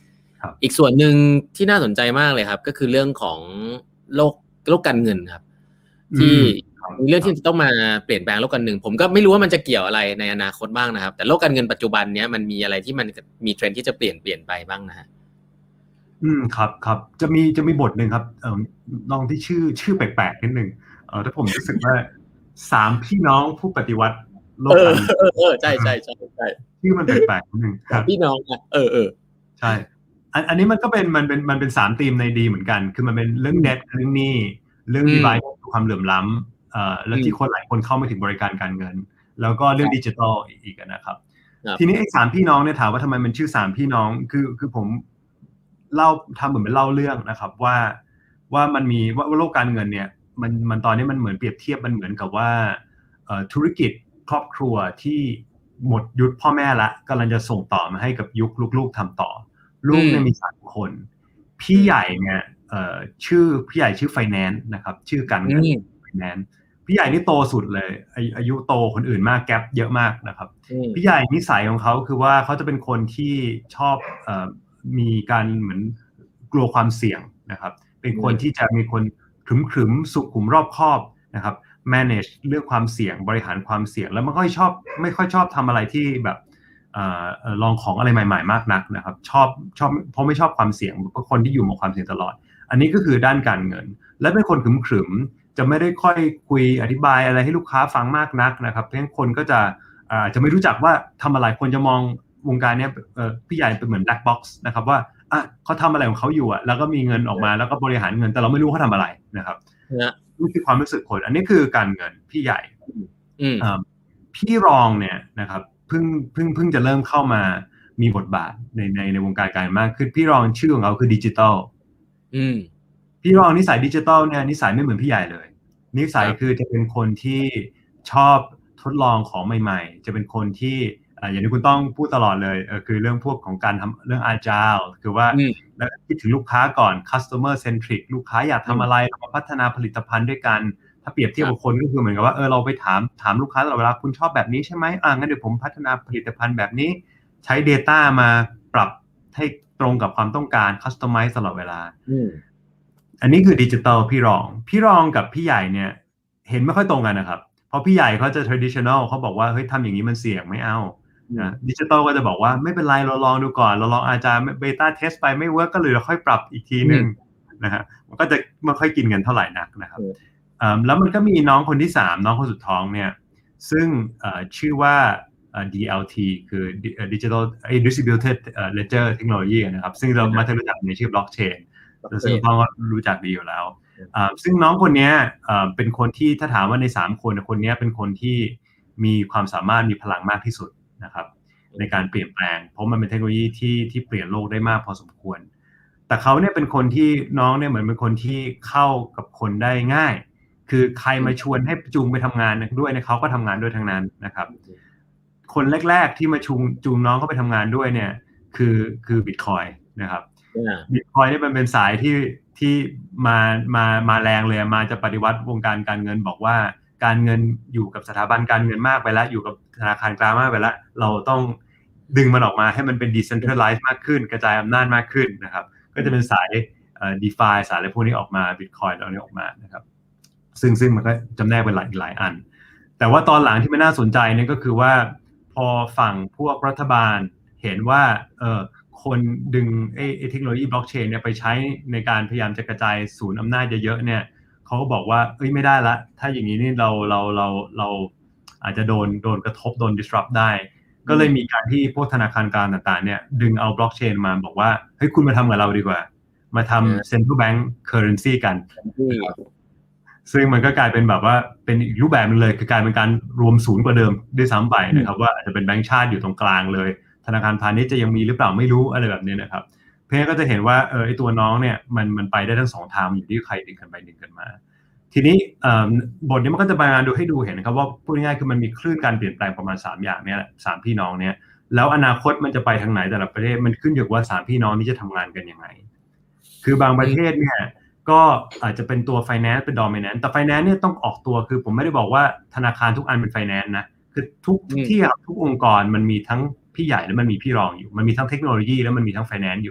อีกส่วนหนึ่งที่น่าสนใจมากเลยครับก็คือเรื่องของโลกโลกการเงินครับที่มีเรื่องที่จะต้องมาเปลี่ยนแปลงโลกการเงินผมก็ไม่รู้ว่ามันจะเกี่ยวอะไรในอนาคตบ้างนะครับแต่โลกการเงินปัจจุบันเนี้ยมันมีอะไรที่มันมีเทรนด์ที่จะเปลี่ยนเปลี่ยนไปบ้างนะฮะอืมครับครับจะมีจะมีบทหนึ่งครับเอ่อน้องที่ชื่อชื่อแปลกๆนิดนึงเออถ้าผมรู้สึกว่าสามพี่น้องผู้ปฏิวัติโลกการเงินเออเออใช่ใช่ใช่ใช่ชื่อมันแปลกๆนิดนึงครับพี่น้องอ่ะเออเออใช่อันอันนี้มันก็เป็นมันเป็นมันเป็นสามธีมในดีเหมือนกันคือมันเป็นเรื่อง debt เรื่องหนี้เรื่อง divide ความเหลื่อมล้ำเอ่อแล้วที่คนหลายคนเข้าไม่ถึงบริการการเงินแล้วก็เรื่องดิจิทัลอีกนะครับทีนี้ไอ้สามพี่น้องเนี่ยถามว่าทำไมมันชื่อสามพี่น้องคือคือผมเล่าทำเหมือนเป็นเล่าเรื่องนะครับว่าว่ามันมีว่าโลกการเงินเนี่ยมันมันตอนนี้มันเหมือนเปรียบเทียบมันเหมือนกับว่าธุรกิจครอบครัวที่หมดยุคพ่อแม่ละกำลังจะส่งต่อมาให้กับยุคลูกๆทำต่อลูกเนี่ยมีสามคนพี่ใหญ่เนี่ยชื่อพี่ใหญ่ชื่อไฟแนนซ์นะครับชื่อการเงินไฟแนนซ์พี่ใหญ่นี่โตสุดเลยอายุโตคนอื่นมากแกปเยอะมากนะครับพี่ใหญ่นิสัยของเขาคือว่าเขาจะเป็นคนที่ชอบมีการเหมือนกลัวความเสี่ยงนะครับเป็นคนที่จะมีคนขรึมๆสุขุมรอบคอบนะครับ manage เรื่องความเสี่ยงบริหารความเสี่ยงแล้วไม่ค่อยชอบไม่ค่อยชอบทำอะไรที่แบบลองของอะไรใหม่ๆมากนักนะครับชอบชอบเพราะไม่ชอบความเสี่ยงเพราะคนที่อยู่กับความเสี่ยงตลอดอันนี้ก็คือด้านการเงินและเป็นคนขรึมๆจะไม่ได้ค่อยคุยอธิบายอะไรให้ลูกค้าฟังมากนักนะครับเพราะฉะนั้นคนก็จะจะไม่รู้จักว่าทำอะไรคนจะมองวงการนี้พี่ใหญ่เป็นเหมือน black box นะครับว่าอ่ะเขาทำอะไรของเขาอยู่อ่ะแล้วก็มีเงินออกมาแล้วก็บริหารเงินแต่เราไม่รู้เขาทำอะไรนะครับนี่คือความรู้สึกคนอันนี้คือการเงินพี่ใหญ่พี่รองเนี่ยนะครับเพิ่งเพิ่งเพิ่งจะเริ่มเข้ามามีบทบาทในในในวงการการมากขึ้นพี่รองชื่อของเขาคือดิจิทัลพี่รองนิสัยดิจิทัลเนี่ยนิสัยไม่เหมือนพี่ใหญ่เลยนิสัยคือจะเป็นคนที่ชอบทดลองของใหม่ๆจะเป็นคนที่อย่างที่คุณต้องพูดตลอดเลยเออคือเรื่องพวกของการทำเรื่อง agile คือว่าแล้วคิดถึงลูกค้าก่อน customer centric ลูกค้าอยากทำอะไรเรามาพัฒนาผลิตภัณฑ์ด้วยกันถ้าเปรียบเทียบกับคนก็คือเหมือนกับว่าเออเราไปถามถามลูกค้าตลอดเวลาคุณชอบแบบนี้ใช่ไหมอ่างั้นเดี๋ยวผมพัฒนาผลิตภัณฑ์แบบนี้ใช้ data มาปรับให้ตรงกับความต้องการ customize ตลอดเวลาอันนี้คือดิจิทัลพี่รองพี่รองกับพี่ใหญ่เนี่ยเห็นไม่ค่อยตรงกันนะครับเพราะพี่ใหญ่เขาจะ traditional เขาบอกว่าเฮ้ยทำอย่างนี้มันเสี่ยงไม่เอาดิจิทัลก็จะบอกว่าไม่เป็นไรเราลองดูก่อนเราลองอาจจะเบต้าเทสไปไม่เวิร์กก็เลยเราค่อยปรับอีกทีนึงนะฮะมันก็จะไม่ค่อยกินเงินเท่าไหร่นักนะครับแล้วมันก็มีน้องคนที่สามน้องคนสุดท้องเนี่ยซึ่งชื่อว่า ดี แอล ที คือ Digital Distributed Ledger Technology นะครับซึ่งเรามักจะรู้จักในชื่อ Blockchain ซึ่งต้องรู้จักดีอยู่แล้วซึ่งน้องคนนี้เป็นคนที่ถ้าถามว่าในสามคนคนนี้เป็นคนที่มีความสามารถมีพลังมากที่สุดนะครับในการเปลี่ยนแปลงเพราะมันเป็นเทคโนโลยีที่ที่เปลี่ยนโลกได้มากพอสมควรแต่เขาเนี่ยเป็นคนที่น้องเนี่ยเหมือนเป็นคนที่เข้ากับคนได้ง่ายคือใครมาชวนให้จูงไปทำงานด้วยเนี่ยเขาก็ทำงานด้วยทั้งนั้นนะครับคนแรกๆที่มาจูงจูงน้องเข้าไปทำงานด้วยเนี่ยคือคือ Bitcoin นะครับ Bitcoin นี่มันเป็นสายที่ที่มามามาแรงเลยมาจะปฏิวัติวงการการเงินบอกว่าการเงินอยู่กับสถาบันการเงินมากไปแล้วอยู่กับธนาคารกลางมากไปแล้วเราต้องดึงมันออกมาให้มันเป็น decentralized มากขึ้นกระจายอำนาจมากขึ้นนะครับก็จะเป็นสายเอ่อ DeFi สายอะไรพวกนี้ออกมา Bitcoin เอานี้ออกมานะครับซึ่งซึ่งมันก็จำแนกเป็นหลายหลายอันแต่ว่าตอนหลังที่ไม่น่าสนใจเนี่ยก็คือว่าพอฝั่งพวกรัฐบาลเห็นว่าเออคนดึงไอ้เทคโนโลยีบล็อกเชนเนี่ยไปใช้ในการพยายามจะกระจายศูนย์อำนาจเยอะๆเนี่ยเขาก็บอกว่าเอ้ยไม่ได้ละถ้าอย่างนี้นี่เราเราเราเราอาจจะโดนโดนกระทบโดน disrupt ได้ก็เลยมีการที่พวกธนาคารกลางต่างๆเนี่ยดึงเอาบล็อกเชนมาบอกว่าเฮ้ยคุณมาทำกับเราดีกว่ามาทำ central bank currency กันซึ่งมันก็กลายเป็นแบบว่าเป็นอีกรูปแบบนึงเลยคือกลายเป็นการรวมศูนย์กว่าเดิมด้วยซ้ำไปนะครับว่าอาจจะเป็นแบงก์ชาติอยู่ตรงกลางเลยธนาคารพาณิชย์จะยังมีหรือเปล่าไม่รู้อะไรแบบนี้นะครับเพื่อนก็จะเห็นว่าเออไอตัวน้องเนี่ยมันมันไปได้ทั้งสองทางอยู่ที่ใครดึงกันไปดึงกันมาทีนี้บทนี้มันก็จะมาดูให้ดูเห็นนะครับว่าพูดง่ายๆคือมันมีคลื่นการเปลี่ยนแปลงประมาณสามอย่างเนี่ยสามพี่น้องเนี่ยแล้วอนาคตมันจะไปทางไหนแต่ละประเทศมันขึ้นอยู่ว่าสามพี่น้องนี้จะทำงานกันยังไงคือบางประเทศเนี่ยก็อาจจะเป็นตัว finance เป็น dominant แต่ finance เนี่ยต้องออกตัวคือผมไม่ได้บอกว่าธนาคารทุกอันเป็น finance นะคือทุกที่ครับทุกองค์กรมันมีทั้งพี่ใหญ่และมันมีพี่รองอยู่มันมีทั้งเทคโนโลยีและมันมีทั้ง finance อยู่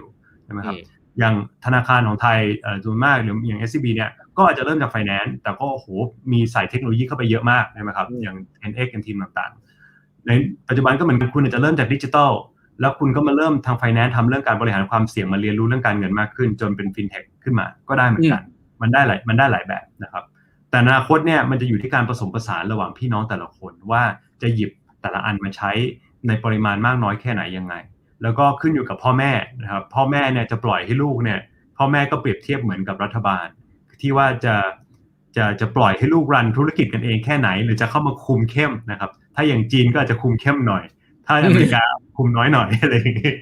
ใช่ไหมครับอย่างธนาคารของไทยเอ่อส่วนมากหรืออย่าง เอส ซี บี เนี่ยก็อาจจะเริ่มจาก finance แต่ก็โอ้โหมีใส่เทคโนโลยีเข้าไปเยอะมากใช่ไหมครับอย่าง เท็น เอ็กซ์ อย่างทีมต่างๆในปัจจุบันก็เหมือนกันคุณอาจจะเริ่มจากดิจิทัลแล้วคุณก็มาเริ่มทาง finance ทำเรื่องการบริหารความเสี่ยงมาเรียนรู้เรื่องการเงินมากขึ้นจนเป็น fintech ขึ้นมาก็ได้เหมือนกันมันได้หลายมันได้หลายแบบนะครับแต่อนาคตเนี่ยมันจะอยู่ที่การผสมผสานระหว่างพี่น้องแต่ละคนว่าจะหยิบแต่ละอันมาใช้ในปริมาณมากน้อยแค่ไหนยังไงแล้วก็ขึ้นอยู่กับพ่อแม่นะครับพ่อแม่เนี่ยจะปล่อยให้ลูกเนี่ยพ่อแม่ก็เปรียบเทียบเหมือนกับรัฐบาลที่ว่าจะจะจะปล่อยให้ลูกรันธุรกิจกันเองแค่ไหนหรือจะเข้ามาคุมเข้มนะครับถ้าอย่างจีนก็อาจจะคุมเข้มหน่อยถ้าอเมริกาคุมน้อยหน่อยอะไรอย่างงี้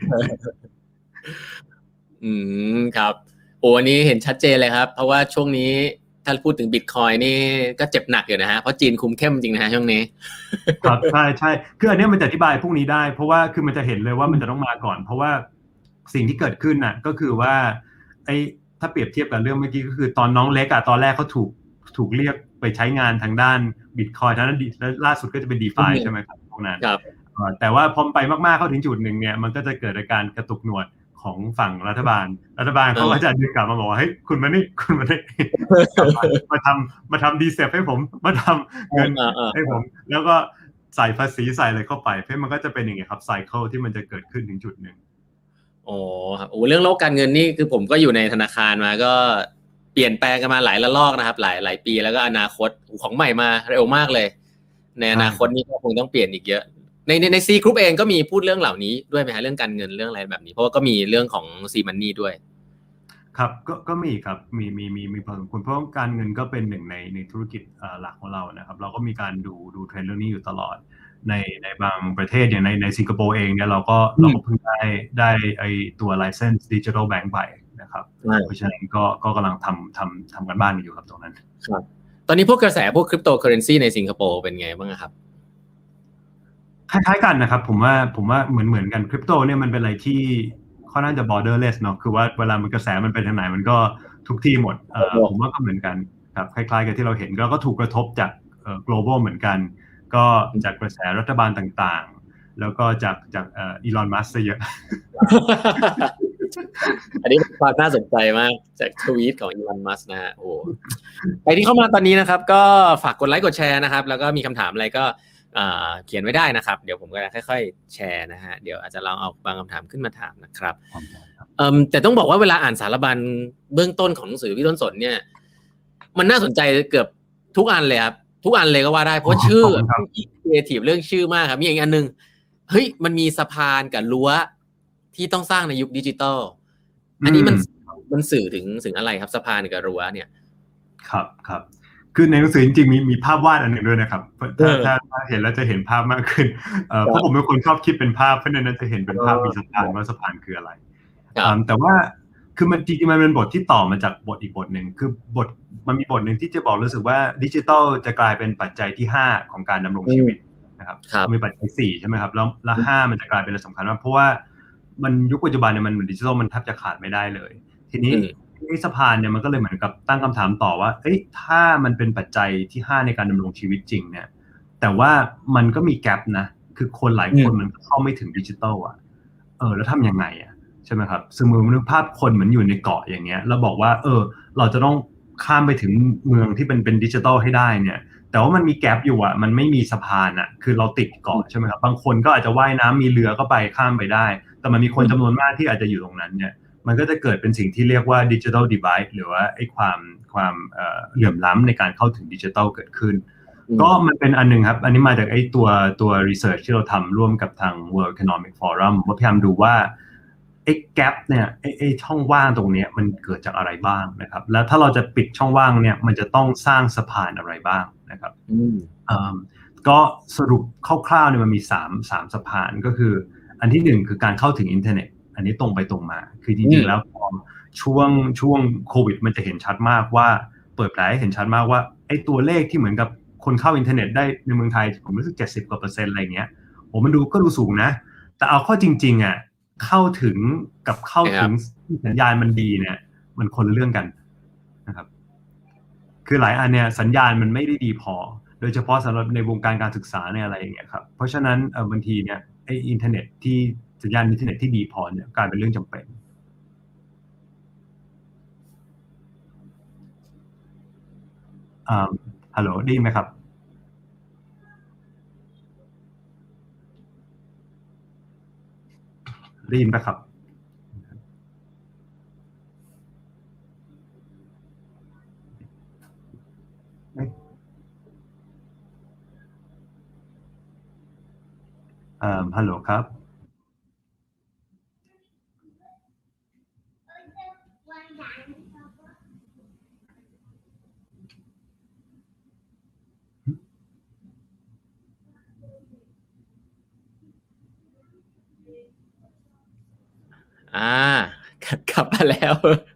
อืมครับโอ้อันนี้เห็นชัดเจนเลยครับเพราะว่าช่วงนี้ถ้าพูดถึง Bitcoin นี่ก็เจ็บหนักอยู่นะฮะเพราะจีนคุมเข้มจริงนะฮะช่วงนี้ครับใช่ใช่คืออันนี้มันจะอธิบายพวกนี้ได้เพราะว่าคือมันจะเห็นเลยว่ามันจะต้องมาก่อนเพราะว่าสิ่งที่เกิดขึ้นน่ะก็คือว่าไอ้ถ้าเปรียบเทียบกับเรื่องเมื่อกี้ก็คือตอนน้องเล็กอ่ะตอนแรกเขาถูกถูกเรียกไปใช้งานทางด้าน Bitcoin ทางด้านแล้วล่าสุดก็จะเป็น DeFi ใช่ไหมครับพวกนั้นแต่ว่าพอไปมากๆเข้าถึงจุดหนึ่งเนี่ยมันก็จะเกิดอาการกระตุกหนวดของฝั่งรัฐบาลรัฐบาลเขาก็จะดึงกลับมาบอกว่าเฮ้ยคุณมานี่คุณมานี่มาทำมาทำดีเซฟให้ผมมาทำเงินให้ผมแล้วก็ใส่ภาษีใส่อะไรเข้าไปเพื่อมันก็จะเป็นอย่างเงี้ยครับไซเคิลที่มันจะเกิดขึ้นถึงจุดหนึ่งโอ้ครับโอ้เรื่องโลกการเงินนี่คือผมก็อยู่ในธนาคารมาก็เปลี่ยนแปลงกันมาหลายระลอกนะครับหลายหลายปีแล้วก็อนาคตของใหม่มาเร็วมากเลยในอนาคตนี่ก็คงต้องเปลี่ยนอีกเยอะในในใน C Group เองก็มีพูดเรื่องเหล่านี้ด้วยไหมฮะเรื่องการเงินเรื่องอะไรแบบนี้เพราะว่าก็มีเรื่องของ C Money ด้วยครับก็ก็มีครับมีมีมีมีพอสมควรเพราะการเงินก็เป็นหนึ่งในในธุรกิจหลักของเรานะครับเราก็มีการดูดูเทรนด์เรื่องนี้อยู่ตลอดในในบางประเทศอย่างในในสิงคโปร์เองเนี่ยเราก็เราก็เพิ่งได้ได้ไอตัว license digital bank ไปนะครับเพราะฉะนั้นก็ก็กำลังทำทำทำกันบ้านอยู่ครับตรงนั้นครับตอนนี้พวกกระแสพวกคริปโตเคอเรนซีในสิงคโปร์เป็นไงบ้างครับคล้ายๆกันนะครับผมว่าผมว่าเหมือนเหมือนกันคริปโตเนี่ยมันเป็นอะไรที่ค่อนข้างจะ borderless เนาะคือว่าเวลามันกระแสมันไปทางไหนมันก็ทุกที่หมดเอ่อผมว่าก็เหมือนกันครับคล้ายๆกับที่เราเห็นก็ก็ถูกกระทบจากเอ่อ global เหมือนกันก็จากกระแสรัฐบาลต่างๆแล้วก็จากจากเอ่ออีลอนมัสก์ซะเยอะอันนี้ความน่าสนใจมากจากทวีตของอีลอนมัสก์นะฮะโอ้ใครที่เข้ามาตอนนี้นะครับก็ฝากกดไลค์กดแชร์นะครับแล้วก็มีคำถามอะไรก็เขียนไว้ได้นะครับเดี๋ยวผมก็จะค่อยๆแชร์นะฮะเดี๋ยวอาจจะลองเอาบางคำถามขึ้นมาถามนะครับแต่ต้องบอกว่าเวลาอ่านสารบัญเบื้องต้นของหนังสือพี่ต้นสนเนี่ยมันน่าสนใจเกือบทุกอันเลยครับทุกอันเลยก็ว่าได้เพราะชื่อครีเอทีฟเรื่องชื่อมากครับมีอีกอันนึงเฮ้ยมันมีสะพานกับรั้วที่ต้องสร้างในยุคดิจิตอลอันนี้มันมันสื่อถึงถึงอะไรครับสะพานกับรั้วเนี่ยครับครับคือในหนังสือจริงๆมีมีภาพวาดอันหนึ่งด้วยนะครับถ้าถ้าถ้าเห็นแล้วจะเห็นภาพมากขึ้นเอ่อเพราะผมเป็นคนชอบคิดเป็นภาพเพราะฉะนั้นจะเห็นเป็นภาพมีสะพานว่าสะพานคืออะไรแต่ว่าคือมันจริงๆมันเป็นบทที่ต่อมาจากบทอีกบทหนึ่งคือบทมันมีบทหนึ่งที่จะบอกรู้สึกว่าดิจิทัลจะกลายเป็นปัจจัยที่ห้าของการดำรงชีวิตนะครับมีปัจจัยสี่ใช่ไหมครับแล้วแล้วห้ามันจะกลายเป็นเรื่องสำคัญมากเพราะว่ามันยุคปัจจุบันเนี่ยมันดิจิทัลมันแทบจะขาดไม่ได้เลยทีนี้ไอ้สะพานเนี่ยมันก็เลยเหมือนกับตั้งคำถามต่อว่าเอ้ยถ้ามันเป็นปัจจัยที่ห้าในการดำรงชีวิตจริงเนี่ยแต่ว่ามันก็มีแกปนะคือคนหลายคนมันเข้าไม่ถึงดิจิทัลอ่ะเออแล้วทำยังไงอ่ะใช่ไหมครับสมมตินึกภาพคนเหมือนอยู่ในเกาะอย่างเงี้ยแล้วบอกว่าเออเราจะต้องข้ามไปถึงเมืองที่เป็นเป็นดิจิทัลให้ได้เนี่ยแต่ว่ามันมีแกปอยู่อ่ะมันไม่มีสะพานอ่ะคือเราติดเกาะใช่ไหมครับบางคนก็อาจจะว่ายน้ำมีเรือก็ไปข้ามไปได้แต่มันมีคนจำนวนมากที่อาจจะอยู่ตรงนั้นเนี่ยมันก็จะเกิดเป็นสิ่งที่เรียกว่า digital divide หรือว่าไอ้ความความเอ่อเหลื่อมล้ำในการเข้าถึงดิจิทัลเกิดขึ้นก็มันเป็นอันนึงครับอันนี้มาจากไอ้ตัวตัว research ที่เราทำร่วมกับทาง World Economic Forum ว่าพยายามดูว่าไอ้ gap เนี่ยไอ้ไอ้ช่องว่างตรงเนี้ยมันเกิดจากอะไรบ้างนะครับแล้วถ้าเราจะปิดช่องว่างเนี่ยมันจะต้องสร้างสะพานอะไรบ้างนะครับก็สรุปคร่าวๆเนี่ยมันมีสามสามสะพานก็คืออันที่หนึ่งคือการเข้าถึงอินเทอร์เน็ตอันนี้ตรงไปตรงมาคือจริงๆแล้วพอช่วงช่วงโควิดมันจะเห็นชัดมากว่าเปิดแผลให้เห็นชัดมากว่าไอ้ตัวเลขที่เหมือนกับคนเข้าอินเทอร์เน็ตได้ในเมืองไทยผมรู้สึกเจ็ดสิบกว่าเปอร์เซ็นต์อะไรเงี้ยโหมันดูก็ดูสูงนะแต่เอาข้อจริงๆอ่ะเข้าถึงกับเข้าถึงสัญญาณมันดีเนี่ยมันคนละเรื่องกันนะครับคือหลายอันเนี่ยสัญญาณมันไม่ได้ดีพอโดยเฉพาะสำหรับในวงการการศึกษาเนี่ยอะไรอย่างเงี้ยครับเพราะฉะนั้นบางทีเนี่ยไอ้อินเทอร์เน็ตที่สัญญาณอินเทอร์เน็ตที่ดีพอเนี่ยกลายเป็นเรื่องจำเป็นอ่าฮัลโหลได้ยินไหมครับได้ยินไหมครับอ่าฮัลโหลครับอ่ากลับมาแล้ว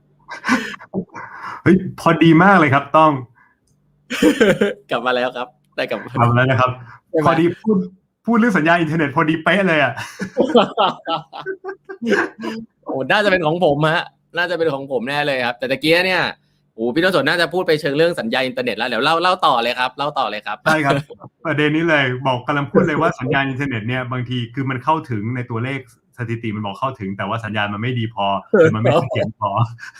เฮ้ยพอดีมากเลยครับต้องกลับมาแล้วครับได้กลับมาทำแล้วนะครับพอดีพูดพูดเรื่องสัญญาณอินเทอร์เน็ตพอดีเป๊ะเลยอ่ะโอ้น่าจะเป็นของผมฮะน่าจะเป็นของผมแน่เลยครับแต่ตะกี้เนี่ยโอ้พี่ต้นสนน่าจะพูดไปเชิงเรื่องสัญญาณอินเทอร์เน็ตแล้วเดี๋ยวเล่าเล่าต่อเลยครับเล่าต่อเลยครับใช่ครับประเด็นนี้เลยบอกกำลังพูดเลยว่าสัญญาณอินเทอร์เน็ตเนี่ยบางทีคือมันเข้าถึงในตัวเลขสถิติมันบอกเข้าถึงแต่ว่าสัญญาณมันไม่ดีพอหรือมันไม่เสถียรพอ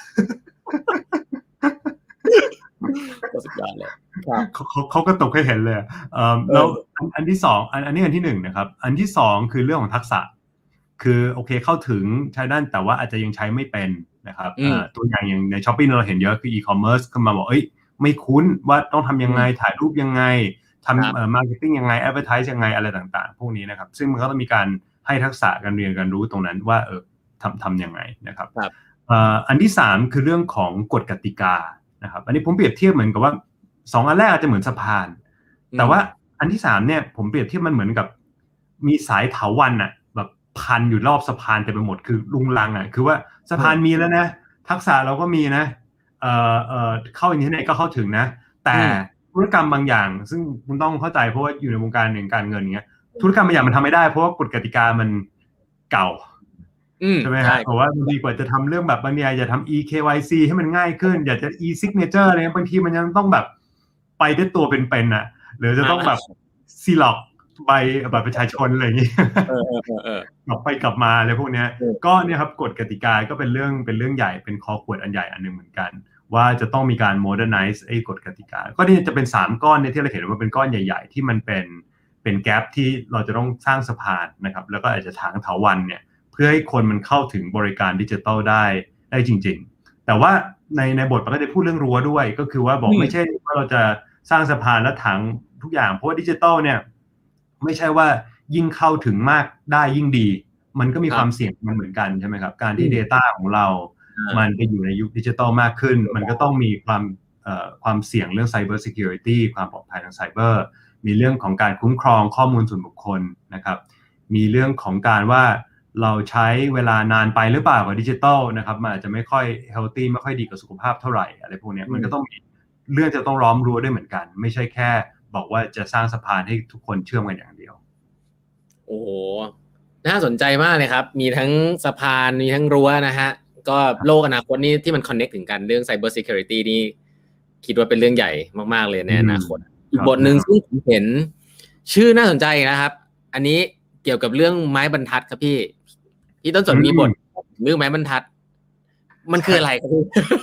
สุดยอดเลยเขาเขาเขาก็ตกให้เห็นเลยเอ่อแล้วอันอันที่สองอันอันนี้อันที่หนึ่งนะครับอันที่สองคือเรื่องของทักษะคือโอเคเข้าถึงใช้ได้แต่ว่าอาจจะยังใช้ไม่เป็นนะครับตัวอย่างอย่างใน Shopee เราเห็นเยอะคือ e-commerce เข้ามาบอกเอ้ยไม่คุ้นว่าต้องทำยังไงถ่ายรูปยังไงทำเอ่อ marketing ยังไง advertise ยังไงอะไรต่างๆพวกนี้นะครับซึ่งมันก็ต้องมีการให้ทักษะการเรียนการรู้ตรงนั้นว่าเออทำทำยังไงนะครับอันที่สามคือเรื่องของกฎกติกานะครับอันนี้ผมเปรียบเทียบเหมือนกับว่าสองอันแรกอาจจะเหมือนสะพานแต่ว่าอันที่สามเนี่ยผมเปรียบเทียบมันเหมือนกับมีสายเถาวัลย์อ่ะแบบพันอยู่รอบสะพานเต็มไปหมดคือลุงลังอ่ะคือว่าสะพานมีแล้วนะทักษะเราก็มีนะเอ่อเอ่อเข้าอินเทอร์เน็ตก็เข้าถึงนะแต่ธุรกรรมบางอย่างซึ่งคุณต้องเข้าใจเพราะว่าอยู่ในวงการหนึ่งการเงินอย่างเงี้ยธุรกรรมบางอย่างมันทำไม่ได้เพราะว่ากฎกติกามันเก่าใช่ไหมครับเพราะว่าดีกว่าจะทำเรื่องแบบบางอย่างจะทำ อี เค วาย ซี ให้มันง่ายขึ้นอยากจะ e-signature อะไรบางทีมันยังต้องแบบไปด้วยตัวเป็นๆอ่ะหรือจะต้องแบบซีล็อกใบบัตรประชาชนอะไรอย่างนี้กลับไปกลับมาอะไรพวกนี้ก็เนี่ยครับกฎกติกาก็เป็นเรื่องเป็นเรื่องใหญ่เป็นคอขวดอันใหญ่อันนึงเหมือนกันว่าจะต้องมีการ modernize ไอ้กฎกติกาก็นี่จะเป็นสามก้อนเนี่ยที่เราเห็นว่าเป็นก้อนใหญ่ๆที่มันเป็นเป็นแกปที่เราจะต้องสร้างสะพานนะครับแล้วก็อาจจะถางเถาวัลย์เนี่ยเพื่อให้คนมันเข้าถึงบริการดิจิทัลได้ได้จริงๆแต่ว่าในในบทมันก็จะพูดเรื่องรั้วด้วยก็คือว่าบอกไม่ใช่ว่าเราจะสร้างสะพานและถางทุกอย่างเพราะว่าดิจิทัลเนี่ยไม่ใช่ว่ายิ่งเข้าถึงมากได้ยิ่งดีมันก็มีความเสี่ยงมันเหมือนกันใช่ไหมครับการที่ data ของเรามันไปอยู่ในยุคดิจิทัลมากขึ้นมันก็ต้องมีความเอ่อความเสี่ยงเรื่อง cyber security ความปลอดภัยทางไซเบอร์มีเรื่องของการคุ้มครองข้อมูลส่วนบุคคลนะครับมีเรื่องของการว่าเราใช้เวลานานไปหรือเปล่ากับดิจิทัลนะครับมันอาจจะไม่ค่อย healthy ไม่ค่อยดีกับสุขภาพเท่าไหร่อะไรพวกนี้มันก็ต้องมีเรื่องจะต้องล้อมรั้วด้วยเหมือนกันไม่ใช่แค่บอกว่าจะสร้างสะพานให้ทุกคนเชื่อมกันอย่างเดียวโอ้โหน่าสนใจมากเลยครับมีทั้งสะพานมีทั้งรั้วนะฮะก็โลกอนาคตนี้ที่มัน connect ถึงกันเรื่อง cyber security นี่คิดว่าเป็นเรื่องใหญ่มากๆเลยในอนาคตอีกบทหนึ่งซึ่งผมเห็นชื่อน่าสนใจนะครับอันนี้เกี่ยวกับเรื่องไม้บรรทัดครับพี่พี่ต้นสนมีบทเรื่องไม้บรรทัดมันคืออะไรครับพี่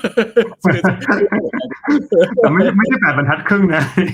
ไม่ไม่ใช่แปดบรรทัดครึ่ง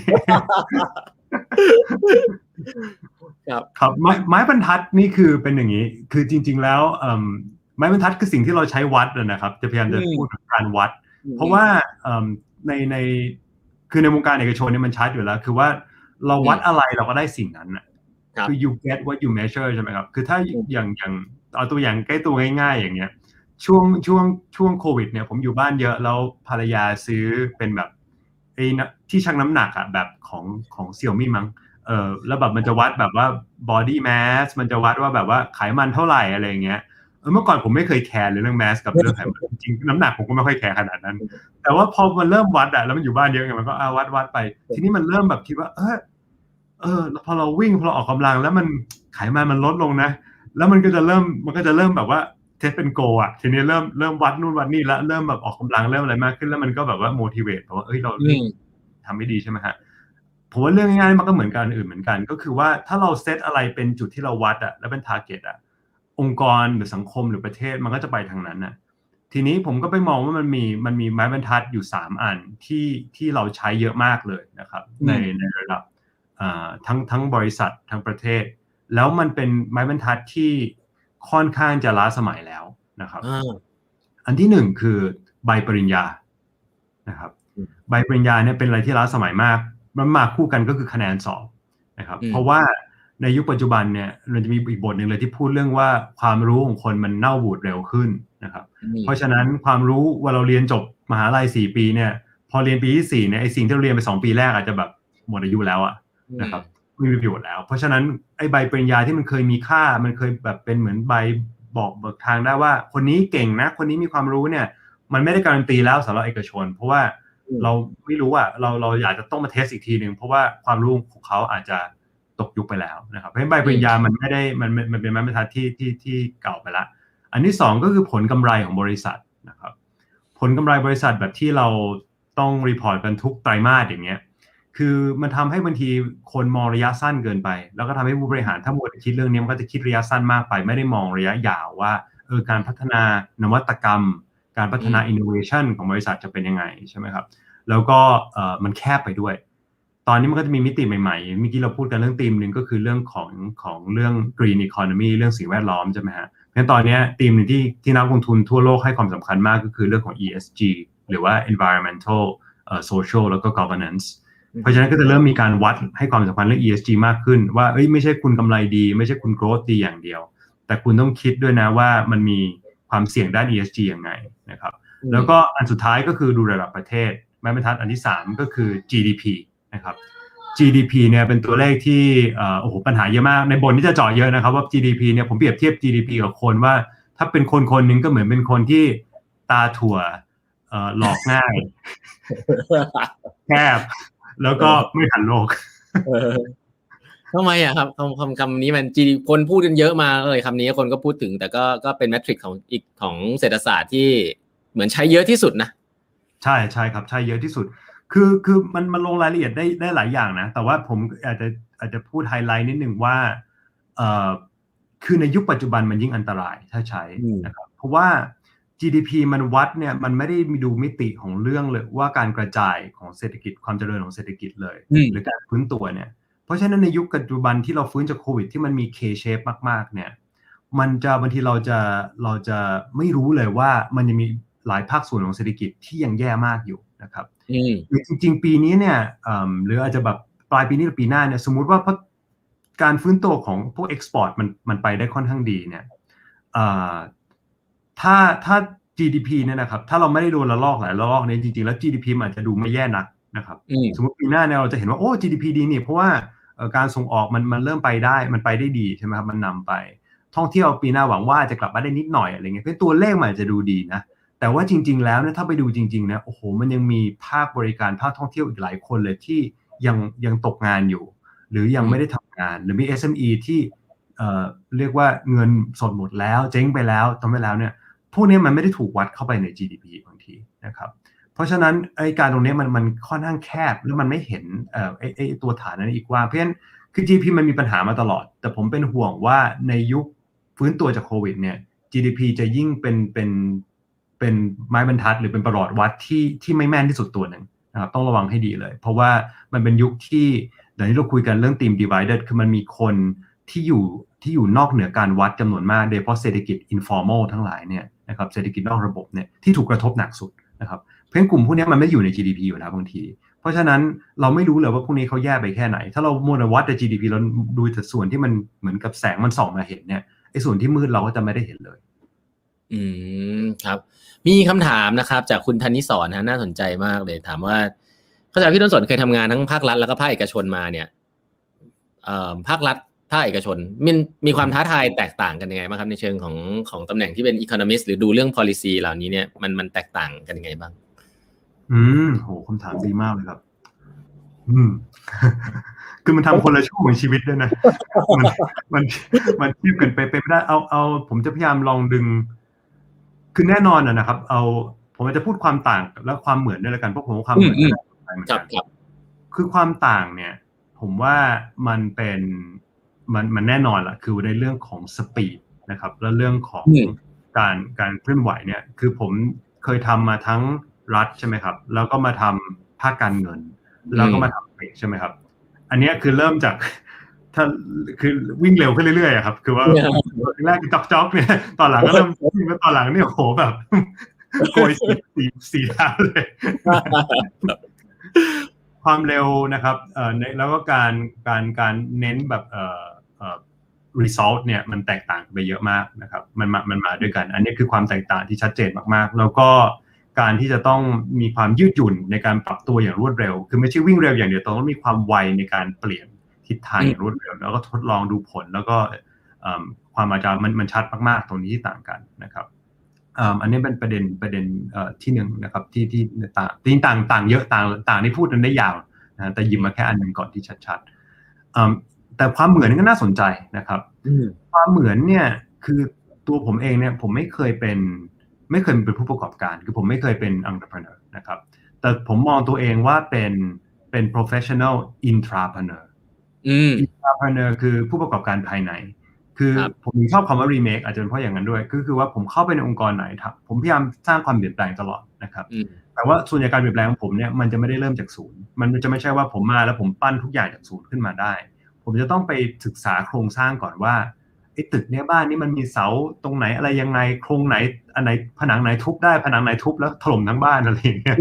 นะครับครับไม้ไม้บรรทัดนี่คือเป็นอย่างนี้คือจริงๆแล้วไม้บรรทัดคือสิ่งที่เราใช้วัดนะครับจะพยายามจะพูดถึงการวัดเพราะว่าในในคือในวงการเอกชนเนี่ยมันชัดอยู่แล้วคือว่าเราวัดอะไรเราก็ได้สิ่งนั้นนะคือ you get what you measure ใช่ไหมครับคือถ้าอย่างอย่างเอาตัวอย่างใกล้ตัวง่ายๆอย่างเงี้ยช่วงช่วงช่วงโควิดเนี่ยผมอยู่บ้านเยอะแล้วภรรยาซื้อเป็นแบบไอ้ที่ชั่งน้ำหนักอะแบบของของ Xiaomi มั้งเออแล้วแบบมันจะวัดแบบว่า body mass มันจะวัดว่าแบบว่าไขมันเท่าไหร่อะไรอย่างเงี้ยเออเมื่อก่อนผมไม่เคยแคร์เรื่อง mass กับเรื่องไขมันจริงน้ำหนักผมก็ไม่ค่อยแคร์ขนาดนั้นแต่ว่าพอมันเริ่มวัดอะแล้วมันอยู่บ้านเยอะไงมันก็อ่าวัดวัดไปทีนี้มันเริ่มแบบคิดว่าเออเออพอเราวิ่งพอเราออกกำลังแล้วมันไขมันมันลดลงนะแล้วมันก็จะเริ่มมันก็จะเริ่มแบบว่าเทสเป็นโกอ่ะทีนี้เริ่มเริ่มวัดนู่นวัดนี่แล้วเริ่มแบบออกกำลังเริ่มอะไรมากขึ้นแล้วมันก็แบบว่า motivate เพราะว่าเอ้ยเราทำไม่ดีใช่ไหมฮะผมว่าเรื่องง่ายๆมันก็เหมือนกันอื่นเหมือนกันก็คือว่าถ้าเราเซตอะไรเป็นจุดที่เราวัดอ่ะแล้วเป็น target อ่ะองค์กรหรือสังคมหรือประเทศมันก็จะไปทางนั้นน่ะทีนี้ผมก็ไปมองว่ามันมีมันมีไม้บรรทัดอยู่สามอันที่ที่เราใช้เยอะมากเลยนะครับในในระดับทั้งทั้งบริษัททั้งประเทศแล้วมันเป็นไม้บรรทัดที่ค่อนข้างจะล้าสมัยแล้วนะครับอันที่หนึ่งคือใบปริญญานะครับใบปริญญาเนี่ยเป็นอะไรที่ล้าสมัยมากมันมาคู่กันก็คือคะแนนสอบนะครับเพราะว่าในยุคปัจจุบันเนี่ยมันจะมีอีกบทหนึ่งเลยที่พูดเรื่องว่าความรู้ของคนมันเน่าบูดเร็วขึ้นนะครับเพราะฉะนั้นความรู้ว่าเราเรียนจบมหาลัยสี่ปีเนี่ยพอเรียนปีที่สี่เนี่ยไอ้สิ่งที่เราเรียนไปสองปีแรกอาจจะแบบหมดอายุแล้วอะนะครับไม่มีประโยชน์แล้วเพราะฉะนั้นไอ้ใบปริญญาที่มันเคยมีค่ามันเคยแบบเป็นเหมือนใบบอกเบิกทางได้ว่าคนนี้เก่งนะคนนี้มีความรู้เนี่ยมันไม่ได้การันตีแล้วสำหรับเอกชนเพราะว่าเราไม่รู้อ่ะเราเราอยากจะต้องมาเทสอีกทีนึงเพราะว่าความรู้ของเขาอาจจะตกยุคไปแล้วนะครับเพราะฉะนั้นใบปริญญามันไม่ได้มันมันเป็นไม้บรรทัดที่ที่ที่เก่าไปละอันที่สองก็คือผลกำไรของบริษัทนะครับผลกำไรบริษัทแบบที่เราต้องรีพอร์ตกันทุกไตรมาสอย่างเงี้ยคือมันทำให้บางทีคนมองระยะสั้นเกินไปแล้วก็ทำให้ผู้บริหารถ้าหมดคิดเรื่องนี้มันก็จะคิดระยะสั้นมากไปไม่ได้มองระยะยาวว่าเออการพัฒนานวัตกรรมการพัฒนา innovation ของบริษัทจะเป็นยังไงใช่ไหมครับแล้วก็เอ่อมันแคบไปด้วยตอนนี้มันก็จะมีมิติใหม่ๆเมื่อกี้เราพูดกันเรื่องธีมนึงก็คือเรื่องของของเรื่อง green economy เรื่องสิ่งแวดล้อมใช่ไหมฮะเพราะฉะนั้นตอนนี้ธีมนึงที่ที่นักลงทุนทั่วโลกให้ความสำคัญมากก็คือเรื่องของ อี เอส จี หรือว่า environmental เอ่อ social แล้วก็ governance เพราะฉะนั้นก็จะเริ่มมีการวัดให้ความสำคัญเรื่อง อี เอส จี มากขึ้นว่าเอ้ยไม่ใช่คุณกำไรดีไม่ใช่คุณ growth ดีอย่างเดียวแต่คุณต้องคิดด้วยนะว่ามันมีความเสี่ยงด้าน อี เอส จี ยังไงนะครับแล้วก็อันสุดท้ายก็คือดูระดับประเทศไม้บรรทัดอันที่สามก็คือ จี ดี พี นะครับ จี ดี พี เนี่ยเป็นตัวเลขที่เอ่อโอ้โหปัญหาเยอะมากในบทที่จะเจาะเยอะนะครับว่า จี ดี พี เนี่ยผมเปรียบเทียบ จี ดี พี กับคนว่าถ้าเป็นคนคนนึงก็เหมือนเป็นคนที่ตาถั่วเอ่อหลอกง่ายแคบแล้วก็ไม่ทันโลกทำไมอ่ะครับคำคำคำนี้มัน จี ดี พี คนพูดกันเยอะมาเลยคำนี้คนก็พูดถึงแต่ก็ก็เป็นแมทริกของอีกของเศรษฐศาสตร์ที่เหมือนใช้เยอะที่สุดนะใช่ใช่ครับใช่เยอะที่สุดคือคือมันมันลงรายละเอียดได้ได้หลายอย่างนะแต่ว่าผมอาจจะอาจจะพูดไฮไลท์นิดนึงว่าเอ่อคือในยุคปัจจุบันมันยิ่งอันตรายถ้าใช้นะครับเพราะว่า จี ดี พี มันวัดเนี่ยมันไม่ได้มีดูมิติของเรื่องเลยว่าการกระจายของเศรษฐกิจความเจริญของเศรษฐกิจเลยหรือการฟื้นตัวเนี่ยเพราะฉะนั้นในยุคปัจจุบันที่เราฟื้นจากโควิดที่มันมี K-shape มากๆเนี่ยมันจะบางทีเราจะเราจะไม่รู้เลยว่ามันยังมีหลายภาคส่วนของเศรษฐกิจที่ยังแย่มากอยู่นะครับจริงๆปีนี้เนี่ยหรืออาจจะแบบปลายปีนี้หรือปีหน้าเนี่ยสมมุติว่าการฟื้นตัวของพวกเอ็กซ์พอร์ตมันมันไปได้ค่อนข้างดีเนี่ยถ้าถ้า จี ดี พี เนี่ยนะครับถ้าเราไม่ได้โดนระลอกหลายระลอกเนี่ยจริงๆแล้ว จี ดี พี มันอาจจะดูไม่แย่นักนะครับสมมติปีหน้าเนี่ยเราจะเห็นว่าโอ้ จี ดี พี ดีนี่เพราะว่าการส่งออกมันมันเริ่มไปได้มันไปได้ดีใช่ไหมครับมันนำไปท่องเที่ยวปีหน้าหวังว่าจะกลับมาได้นิดหน่อยอะไรเงี้ยคือตัวเลขมันอาจจะดูดีนะแต่ว่าจริงๆแล้วเนี่ยถ้าไปดูจริงๆนะโอ้โหมันยังมีภาคบริการภาคท่องเที่ยวอีกหลายคนเลยที่ยังยังตกงานอยู่หรือยังไม่ได้ทำงานหรือมี เอส เอ็ม อี ที่เอ่อเรียกว่าเงินสดหมดแล้วเจ๊งไปแล้วทำไปแล้วเนี่ยพวกนี้มันไม่ได้ถูกวัดเข้าไปใน จี ดี พี บางทีนะครับเพราะฉะนั้นไอ้การตรงนี้มันมันค่อนข้างแคบแล้วมันไม่เห็นเอ่อไอ้ไอ้ตัวฐานนั้นอีกว่าเพราะฉะนั้นคือ จี ดี พี มันมีปัญหามาตลอดแต่ผมเป็นห่วงว่าในยุคฟื้นตัวจากโควิดเนี่ย จี ดี พี จะยิ่งเป็นเป็นเป็นไม้บรรทัดหรือเป็นประหลอดวัดที่ที่ไม่แม่นที่สุดตัวหนึ่งนะครับต้องระวังให้ดีเลยเพราะว่ามันเป็นยุคที่เดี๋ยวนี้เราคุยกันเรื่อง team divided คือมันมีคนที่อยู่ที่อยู่นอกเหนือการวัดจำนวนมากโดยเฉพาะเศรษฐกิจ informal ทั้งหลายเนี่ยนะครับเศรษฐกิจนอกระบบเนี่ยที่ถูกกระทบหนักสุดนะครับเพราะฉะนั้นกลุ่มพวกนี้มันไม่อยู่ใน จี ดี พี อยู่แล้วบางทีเพราะฉะนั้นเราไม่รู้เลยว่าพวกนี้เขาแย่ไปแค่ไหนถ้าเรามัวแต่วัดแต่ จี ดี พี เราดูแต่ส่วนที่มันเหมือนกับแสงมันส่องมาเห็นเนี่ยไอ้ส่วนที่มืดเราก็จะไม่ได้เห็นเลยอืมครับมีคำถามนะครับจากคุณธนิสรนะน่าสนใจมากเลยถามว่าเข้าใจพี่ต้นสนเคยทำงานทั้งภาครัฐแล้วก็ภาคเอกชนมาเนี่ยเอ่อภาครัฐภาคเอกชนมีมีความท้าทายแตกต่างกันยังไงบ้างครับในเชิงของของตำแหน่งที่เป็น economist หรือดูเรื่อง policy เหล่านี้เนี่ยมันมันแตกต่างกันยังไงบ้างอืมโหคำถามดีมากเลยครับอืมคือมันทำคนละช่วงของชีวิตด้วยนะมันมันมันเทียบกันไปไปไม่ได้เอาเอาผมจะพยายามลองดึงคือแน่นอนนะครับเอาผมจะพูดความต่างและความเหมือนด้วยแล้วกันเพราะผมว่าความเหมือนกันครับครับคือความต่างเนี่ยผมว่ามันเป็นมันมันแน่นอนละคือในเรื่องของสปีดนะครับและเรื่องของการการเคลื่อนไหวเนี่ยคือผมเคยทำมาทั้งรัฐใช่ไหมครับแล้วก็มาทำภาคการเงินแล้วก็มาทำเทคใช่ไหมครับอันนี้คือเริ่มจากถ้าคือวิ่งเร็วขึ้นเรื่อยๆครับคือว่าแรกจ็อกจ็อกเนี่ยตอนหลังก็เริ่มวิ่งแล้วตอนหลังเนี่ยโหแบบโกยสีสีสีเท้าเลยความเร็วนะครับเอ่อแล้วก็การการการเน้นแบบเอ่อเอ่อ result เนี่ยมันแตกต่างไปเยอะมากนะครับมันมามันมาด้วยกันอันนี้คือความแตกต่างที่ชัดเจนมากๆแล้วก็การที่จะต้องมีความยืดหยุ่นในการปรับตัวอย่างรวดเร็วคือไม่ใช่วิ่งเร็วอย่างเดียวต้องมีความไวในการเปลี่ยนทิศทางอย่างรวดเร็วแล้วก็ทดลองดูผลแล้วก็ความอาจารย์มันมันชัดมากๆตรงนี้ที่ต่างกันนะครับอันนี้เป็นประเด็นประเด็นที่หนึ่งนะครับที่ที่ต่างที่ต่างต่างเยอะต่างต่างที่พูดกันได้ยาวนะแต่หยิบมาแค่อันหนึ่งก่อนที่ชัดๆแต่ความเหมือนก็น่าสนใจนะครับความเหมือนเนี่ยคือตัวผมเองเนี่ยผมไม่เคยเป็นไม่เคยเป็นผู้ประกอบการคือผมไม่เคยเป็น entrepreneur นะครับแต่ผมมองตัวเองว่าเป็นเป็น professional intrapreneur intrapreneur คือผู้ประกอบการภายในคือผมชอบคำว่า remake อาจจะเป็นเพราะอย่างนั้นด้วยก็คือว่าผมเข้าไปในองค์กรไหนครับผมพยายามสร้างความเปลี่ยนแปลงตลอดนะครับแต่ว่าส่วนใหญ่การเปลี่ยนแปลงของผมเนี่ยมันจะไม่ได้เริ่มจากศูนย์มันจะไม่ใช่ว่าผมมาแล้วผมปั้นทุกอย่างจากศูนย์ขึ้นมาได้ผมจะต้องไปศึกษาโครงสร้างก่อนว่าไอ้ตึกเนี้ยบ้านนี้มันมีเสาตรงไหนอะไรยังไงโครงไหนอันไหนผนังไหนทุบได้ผนังไหนทุบแล้วถล่มทั้งบ้านอะไรอย่างเงี้ย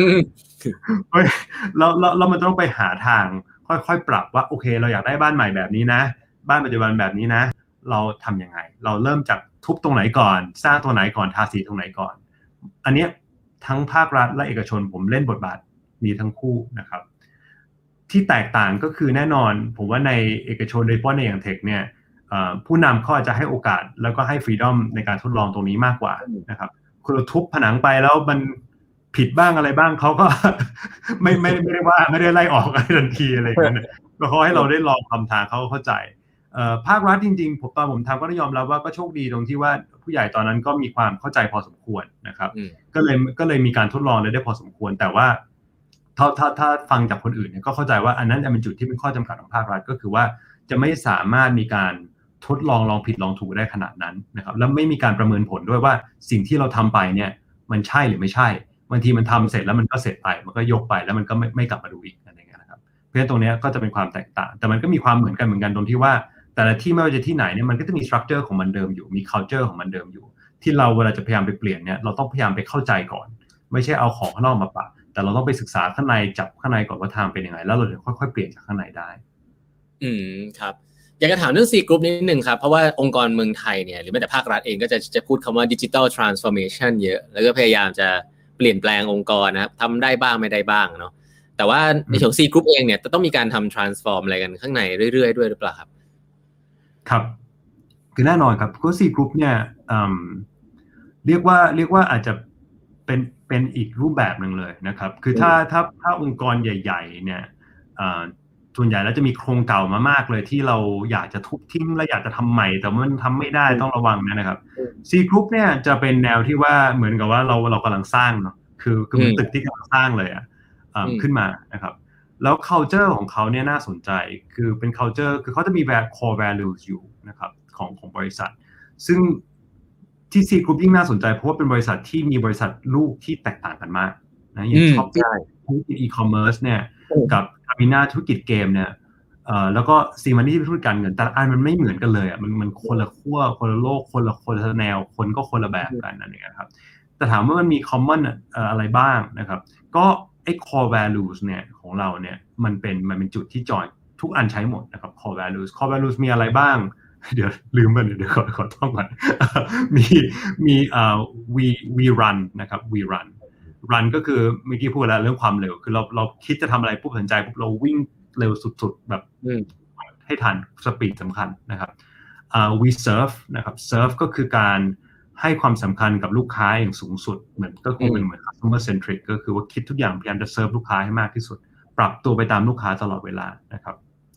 แล้วแล้วมันต้องไปหาทางค่อยๆปรับว่าโอเคเราอยากได้บ้านใหม่แบบนี้นะบ้านปัจจุบันแบบนี้นะเราทำยังไงเราเริ่มจากทุบตรงไหนก่อนสร้างตรงไหนก่อนทาสีตรงไหนก่อนอันนี้ทั้งภาครัฐและเอกชนผมเล่นบทบาทนี้ทั้งคู่นะครับที่แตกต่างก็คือแน่นอนผมว่าในเอกชนโดยเฉพาะในอย่างเทคเนี่ยผู้นำเขาอาจจะให้โอกาสแล้วก็ให้ฟรีดอมในการทดลองตรงนี้มากกว่านะครับคุณทุบผนังไปแล้วมันผิดบ้างอะไรบ้างเขาก็ ไม่ไม่ไม่ได้ว่าไม่ได้ไล่ออกอะไรทันทีอะไรอย่างเงี้ยก็เขาให้เราได้ลองทำทางเขาเข้าใจภาครัฐจริงๆผมตอนผมทำก็ต้องยอมรับว่าก็โชคดีตรงที่ว่าผู้ใหญ่ตอนนั้นก็มีความเข้าใจพอสมควรนะครับก็เลยก็เลยมีการทดลองได้พอสมควรแต่ว่าถ้าถ้าถ้าฟังจากคนอื่นเนี่ยก็เข้าใจว่าอันนั้นเป็นจุดที่เป็นข้อจำกัดของภาครัฐก็คือว่าจะไม่สามารถมีการทดลองลองผิดลองถูกได้ขนาดนั้นนะครับแล้วไม่มีการประเมินผลด้วยว่าสิ่งที่เราทำไปเนี่ยมันใช่หรือไม่ใช่บางทีมันทำเสร็จแล้วมันก็เสร็จไปมันก็ยกไปแล้วมันก็ไม่ไม่กลับมาดูอีกอะไรอย่างเงี้ยนะครับเพราะฉะนั้นตรงนี้ก็จะเป็นความแตกต่างแต่มันก็มีความเหมือนกันเหมือนกันตรงที่ว่าแต่ละที่ไม่ว่าจะที่ไหนเนี่ยมันก็จะมี structure ของมันเดิมอยู่มี culture ของมันเดิมอยู่ที่เราเวลาจะพยายามไปเปลี่ยนเนี่ยเราต้องพยายามไปเข้าใจก่อนไม่ใช่เอาของข้างนอกมาปะแต่เราต้องไปศึกษาข้างในจับข้างในก่อนว่าทางเป็นยังไงแล้วเราจะค่อยๆเปลี่ยนจากข้างในได้อืมครับอยากจะถามเรื่อง C Group นิดนึงครับเพราะว่าองค์กรเมืองไทยเนี่ยหรือแม้แต่ภาครัฐเองก็จะจะพูดคำว่า Digital Transformation เยอะแล้วก็พยายามจะเปลี่ยนแปลงองค์กรนะครับทำได้บ้างไม่ได้บ้างเนาะแต่ว่าในส่วน C Group เองเนี่ยจะต้องมีการทำ transform อะไรกันข้างในเรื่อยๆด้วยหรือเปล่าครับครับคือแน่นอนครับก็ C Group เนี่ยเรียกว่าเรียกว่าอาจจะเป็นเป็นอีกรูปแบบนึงเลยนะครับคือถ้าถ้าถ้าองค์กรใหญ่ๆเนี่ยส่วนใหญ่แล้วจะมีโครงเก่ามามากเลยที่เราอยากจะทุบทิ้งและอยากจะทำใหม่แต่มันทำไม่ได้ต้องระวังนะครับ C Group เนี่ยจะเป็นแนวที่ว่าเหมือนกับว่าเราเรากำลังสร้างเนาะคือคือเป็นตึกที่กำลังสร้างเลยอ่ะขึ้นมานะครับแล้ว culture ของเขาเนี่ยน่าสนใจคือเป็น culture คือเขาจะมี core values อยู่นะครับของของบริษัทซึ่งที่ C Group ยิ่งน่าสนใจเพราะว่าเป็นบริษัทที่มีบริษัทลูกที่แตกต่างกันมากนะอย่าง Shopee ธุรกิจ e-commerce เนี่ยกับ Amina ธุรกิจเกมเนี่ยเอ่อแล้วก็ C-Money ที่เป็นธุรกิจการเงินแต่อันมันไม่เหมือนกันเลยอ่ะมันมันคนละขั้วคนละโลกคนละคนละแนวคนก็คนละแบบกันนั่นเองครับแต่ถามว่ามันมี common อะไรบ้างนะครับก็ไอ้ core values เนี่ยของเราเนี่ยมันเป็นมันเป็นจุดที่จอยทุกอันใช้หมดนะครับ core values core values มีอะไรบ้างเดี๋ยวลืมไปเดี๋ยวขอขอท่องก่อนมีมีเอ่อ we we run นะครับ we run run ก็คือเมื่อกี้พูดแล้วเรื่องความเร็วคือเราเราคิดจะทำอะไรปุ๊บสนใจปุ๊บเราวิ่งเร็วสุดๆแบบให้ทันสปีดสำคัญนะครับเอ่อ we serve นะครับ serve ก็คือการให้ความสำคัญกับลูกค้าอย่างสูงสุดเหมือนก็คงเป็นเหมือน customer centric ก็คือว่าคิดทุกอย่างพยายามจะเซิร์ฟลูกค้าให้มากที่สุดปรับตัวไปตามลูกค้าตลอดเวลานะครับ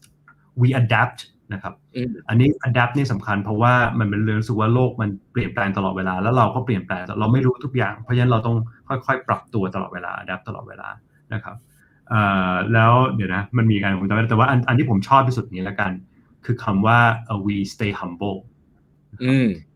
we adapt นะครับอันนี้ adapt นี่สำคัญเพราะว่ามันเป็นเรื่องรู้สึกว่าโลกมันเปลี่ยนแปลงตลอดเวลาแล้วเราก็เปลี่ยนแปลงเราไม่รู้ทุกอย่างเพราะฉะนั้นเราต้องค่อยๆปรับตัวตลอดเวลา adapt ตลอดเวลานะครับเอ่อแล้วเดี๋ยวนะมันมีการผมจำไม่ได้แต่ว่าอันอันที่ผมชอบที่สุดนี้ละกันคือคำว่า we stay humble อืม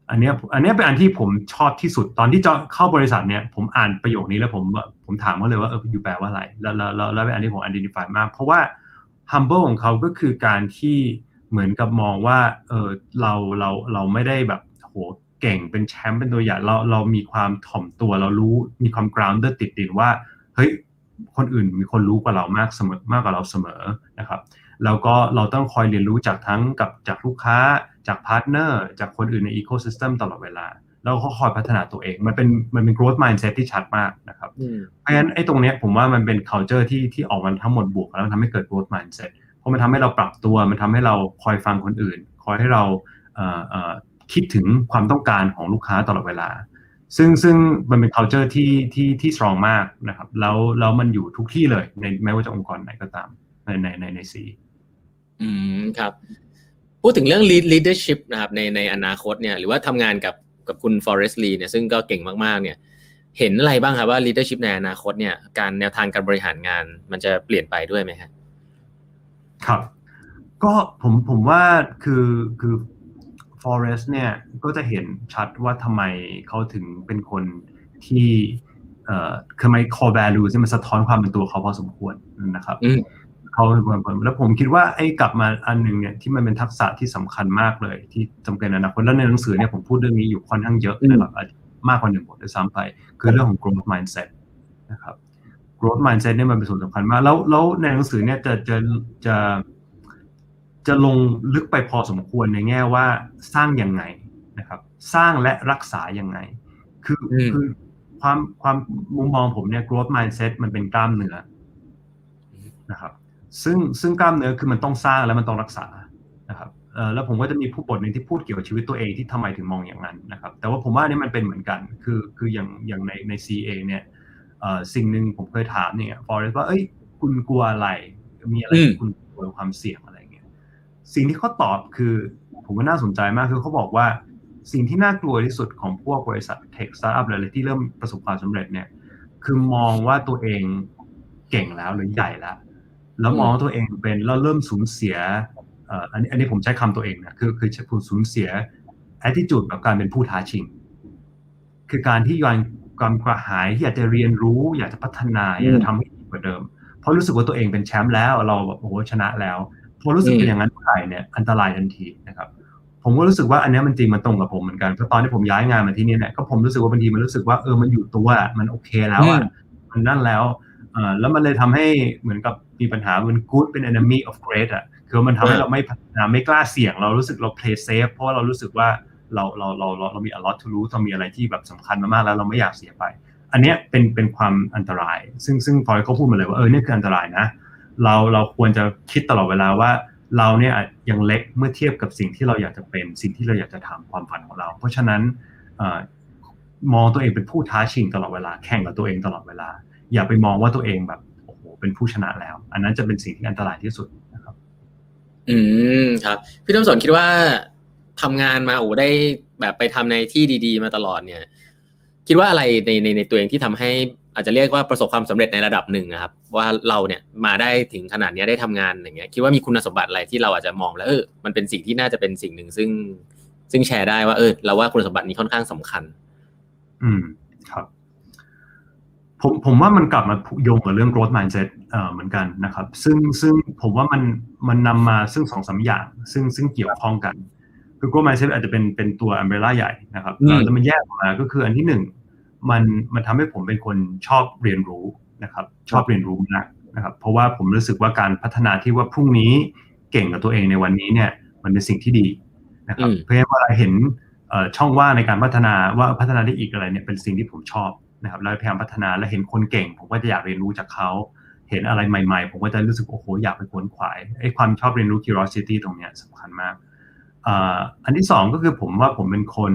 อันเนี้ยอันเนี้ยเป็นอันที่ผมชอบที่สุดตอนที่จะเข้าบริษัทเนี่ยผมอ่านประโยคนี้แล้วผมผมถามเขาเลยว่าเอออยู่แปลว่าอะไรแล้วแล้วแล้วเป็นอันที่ผม identify มากเพราะว่า humble ของเขาก็คือการที่เหมือนกับมองว่าเออเราเราเราไม่ได้แบบโหเก่งเป็นแชมป์เป็นตัวอย่างเราเรามีความถ่อมตัวเรารู้มีความ grounded ติดดินว่าเฮ้ยคนอื่นมีคนรู้กว่าเรามากเสมอมากกว่าเราเสมอนะครับแล้วก็เราต้องคอยเรียนรู้จากทั้งกับจากลูกค้าจากพาร์ทเนอร์จากคนอื่นใน ecosystem ตลอดเวลาแล้วก็คอยพัฒนาตัวเองมันเป็นมันเป็น growth mindset ที่ชัดมากนะครับเพราะฉะนั้นไอ้ตรงเนี้ยผมว่ามันเป็น culture ที่ที่ออกมาทั้งหมดบวกแล้วทำให้เกิด growth mindset เพราะมันทำให้เราปรับตัวมันทำให้เราคอยฟังคนอื่นคอยให้เราเอ่อเอ่อคิดถึงความต้องการของลูกค้าตลอดเวลาซึ่งซึ่งมันเป็น culture ที่ที่ที่ strong มากนะครับแล้วแล้วมันอยู่ทุกที่เลยในไม่ว่าจะองค์กรไหนก็ตามในในในในซีอืมครับพูดถึงเรื่อง leadership นะครับในในอนาคตเนี่ยหรือว่าทำงานกับกับคุณ Forrest Li เนี่ยซึ่งก็เก่งมากๆเนี่ยเห็นอะไรบ้างครับว่า leadership ในอนาคตเนี่ยการแนวทางการบริหารงานมันจะเปลี่ยนไปด้วยไหมครับครับก็ผมผมว่าคือคือ Forrest เนี่ยก็จะเห็นชัดว่าทำไมเขาถึงเป็นคนที่เอ่อคือไม่ core value ที่มันสะท้อนความเป็นตัวเขาพอสมควรนะครับเขาแล้วผมคิดว่าไอ้กลับมาอันนึงเนี่ยที่มันเป็นทักษะที่สำคัญมากเลยที่จำเป็นอนาคตแล้วในหนังสือเนี่ยผมพูดเรื่องนี้อยู่ค่อนข้างเยอะนะครับมากกว่าหนึ่งบทด้วยซ้ำไปคือเรื่องของ growth mindset นะครับ growth mindset เนี่ยมันเป็นส่วนสำคัญมากแล้วแล้วในหนังสือเนี่ยจะจะจะจะลงลึกไปพอสมควรในแง่ว่าสร้างยังไงนะครับสร้างและรักษายังไงคือคือความความมุมมองผมเนี่ย growth mindset มันเป็นกล้ามเนื้อนะครับซึ่งซึ่งกล้ามเนื้อคือมันต้องสร้างแล้วมันต้องรักษานะครับเอ่อแล้วผมก็จะมีผู้บทหนึ่งที่พูดเกี่ยวกับชีวิตตัวเองที่ทำไมถึงมองอย่างนั้นนะครับแต่ว่าผมว่านี่มันเป็นเหมือนกันคือคืออย่างอย่างในใน ซี เอ เนี่ยเอ่อสิ่งหนึ่งผมเคยถามเนี่ย Forrest ว่าเอ้ยคุณกลัวอะไรมีอะไรที่คุณกลัวความเสี่ยงอะไรเงี้ยสิ่งที่เขาตอบคือผมว่าน่าสนใจมากคือเขาบอกว่าสิ่งที่น่ากลัวที่สุดของพวกบริษัทเทคสตาร์ทอัพอะไรที่เริ่มประสบความสำเร็จเนี่ยคือมองว่าตัวเองเก่งแล้วหรือใหญ่แล้วแล้วมองตัวเองเป็นแล้วเริ่มสูญเสียเอ่ออันนี้อันนี้ผมใช้คำตัวเองนะคือคือคุณสูญเสีย attitude แบบการเป็นผู้ท้าชิงคือการที่ยังความกระหายที่อยากจะเรียนรู้อยากจะพัฒนาอยากจะทำให้ดีกว่าเดิมเพราะรู้สึกว่าตัวเองเป็นแชมป์แล้วเราแบบโอ้โหชนะแล้วพอรู้สึกเป็นอย่างนั้นเมื่อไหร่เนี่ยอันตรายทันทีนะครับผมก็รู้สึกว่าอันนี้มันจริงมันตรงกับผมเหมือนกันเพราะตอนที่ผมย้ายงานมาที่นี่เนี่ยก็ผมรู้สึกว่าบางทีมันรู้สึกว่าเออมันอยู่ตัวมันโอเคแล้วอ่ะมันนั่นแล้วอ่าแล้วมันเลยทำให้เหมือนกับมีปัญหามัน good เป็น enemy of great อ่ะคือมันทำให้เราไม่พัฒนาไม่กล้าเสี่ยงเรารู้สึกเรา play safe เพราะว่าเรารู้สึกว่าเราเราเราเราเรามี a lot to lose เรามีอะไรที่แบบสำคัญมากๆแล้วเราไม่อยากเสียไปอันนี้เป็นเป็นความอันตรายซึ่งซึ่งพอเขาพูดมาเลยว่าเออนี่คืออันตรายนะเราเราควรจะคิดตลอดเวลาว่าเราเนี่ยยังเล็กเมื่อเทียบกับสิ่งที่เราอยากจะเป็นสิ่งที่เราอยากจะทำความฝันของเราเพราะฉะนั้นมองตัวเองเป็นผู้ท้าชิงตลอดเวลาแข่งกับตัวเองตลอดเวลาอย่าไปมองว่าตัวเองแบบโอ้โหเป็นผู้ชนะแล้วอันนั้นจะเป็นสิ่งที่อันตรายที่สุดนะครับอืมครับพี่ต้นสนคิดว่าทำงานมาโอ้ได้แบบไปทำในที่ดีๆมาตลอดเนี่ยคิดว่าอะไรในในในตัวเองที่ทำให้อาจจะเรียกว่าประสบความสำเร็จในระดับหนึ่งนะครับว่าเราเนี่ยมาได้ถึงขนาดนี้ได้ทำงานอย่างเงี้ยคิดว่ามีคุณสมบัติอะไรที่เราอาจจะมองแล้วเออมันเป็นสิ่งที่น่าจะเป็นสิ่งหนึ่งซึ่งซึ่งแชร์ได้ว่าเออเราว่าคุณสมบัตินี้ค่อนข้างสำคัญอืมครับผมผมว่ามันกลับมาโยงกับเรื่อง growth mindset เอ่อเหมือนกันนะครับซึ่งซึ่งผมว่ามันมันนำมาซึ่งสองสามอย่างซึ่งซึ่งเกี่ยวข้องกันคือ growth mindset อาจจะเป็นเป็นตัว umbrella ใหญ่นะครับแล้วมันแยกออกมาก็คืออันที่หนึ่งมันมันทำให้ผมเป็นคนชอบเรียนรู้นะครับชอบเรียนรู้มากนะครับเพราะว่าผมรู้สึกว่าการพัฒนาที่ว่าพรุ่งนี้เก่งกับตัวเองในวันนี้เนี่ยมันเป็นสิ่งที่ดีนะครับเพราะฉะนั้นเวลาเห็นช่องว่างในการพัฒนาว่าพัฒนาได้อีกอะไรเนี่ยเป็นสิ่งที่ผมชอบนะครับแล้วพยายามพัฒนาและเห็นคนเก่งผมก็จะอยากเรียนรู้จากเขาเห็นอะไรใหม่ๆผมก็จะรู้สึกโอ้โหอยากไปค้นขวายไอ้ความชอบเรียนรู้ curiosity ตรงนี้สำคัญมากอันที่สองก็คือผมว่าผมเป็นคน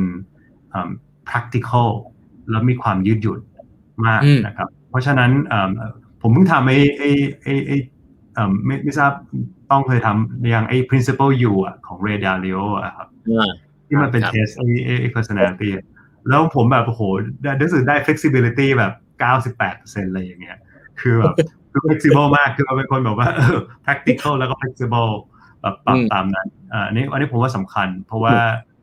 practical แล้วมีความยืดหยุ่นมากนะครับเพราะฉะนั้นผมเพิ่งทำไอ้ไอ้ไอ้ไอ้ไม่ไม่ทราบต้องเคยทำอย่างไอ้ principle U อ่ะของ Ray Dalio อ่ะครับที่มันเป็น test ไอ้ไอ้ personality แล้วผมแบบโอ้โหได้รู้สึกได้ flexibility แบบ เก้าสิบแปดเปอร์เซ็นต์ อะไรอย่างเงี้ยคือแบบคือ flexible มากคือเราเป็นคนแบบว่า practical แล้วก็ flexible แบบปรับตามนั้นอันนี้อันนี้ผมว่าสำคัญเพราะว่าใน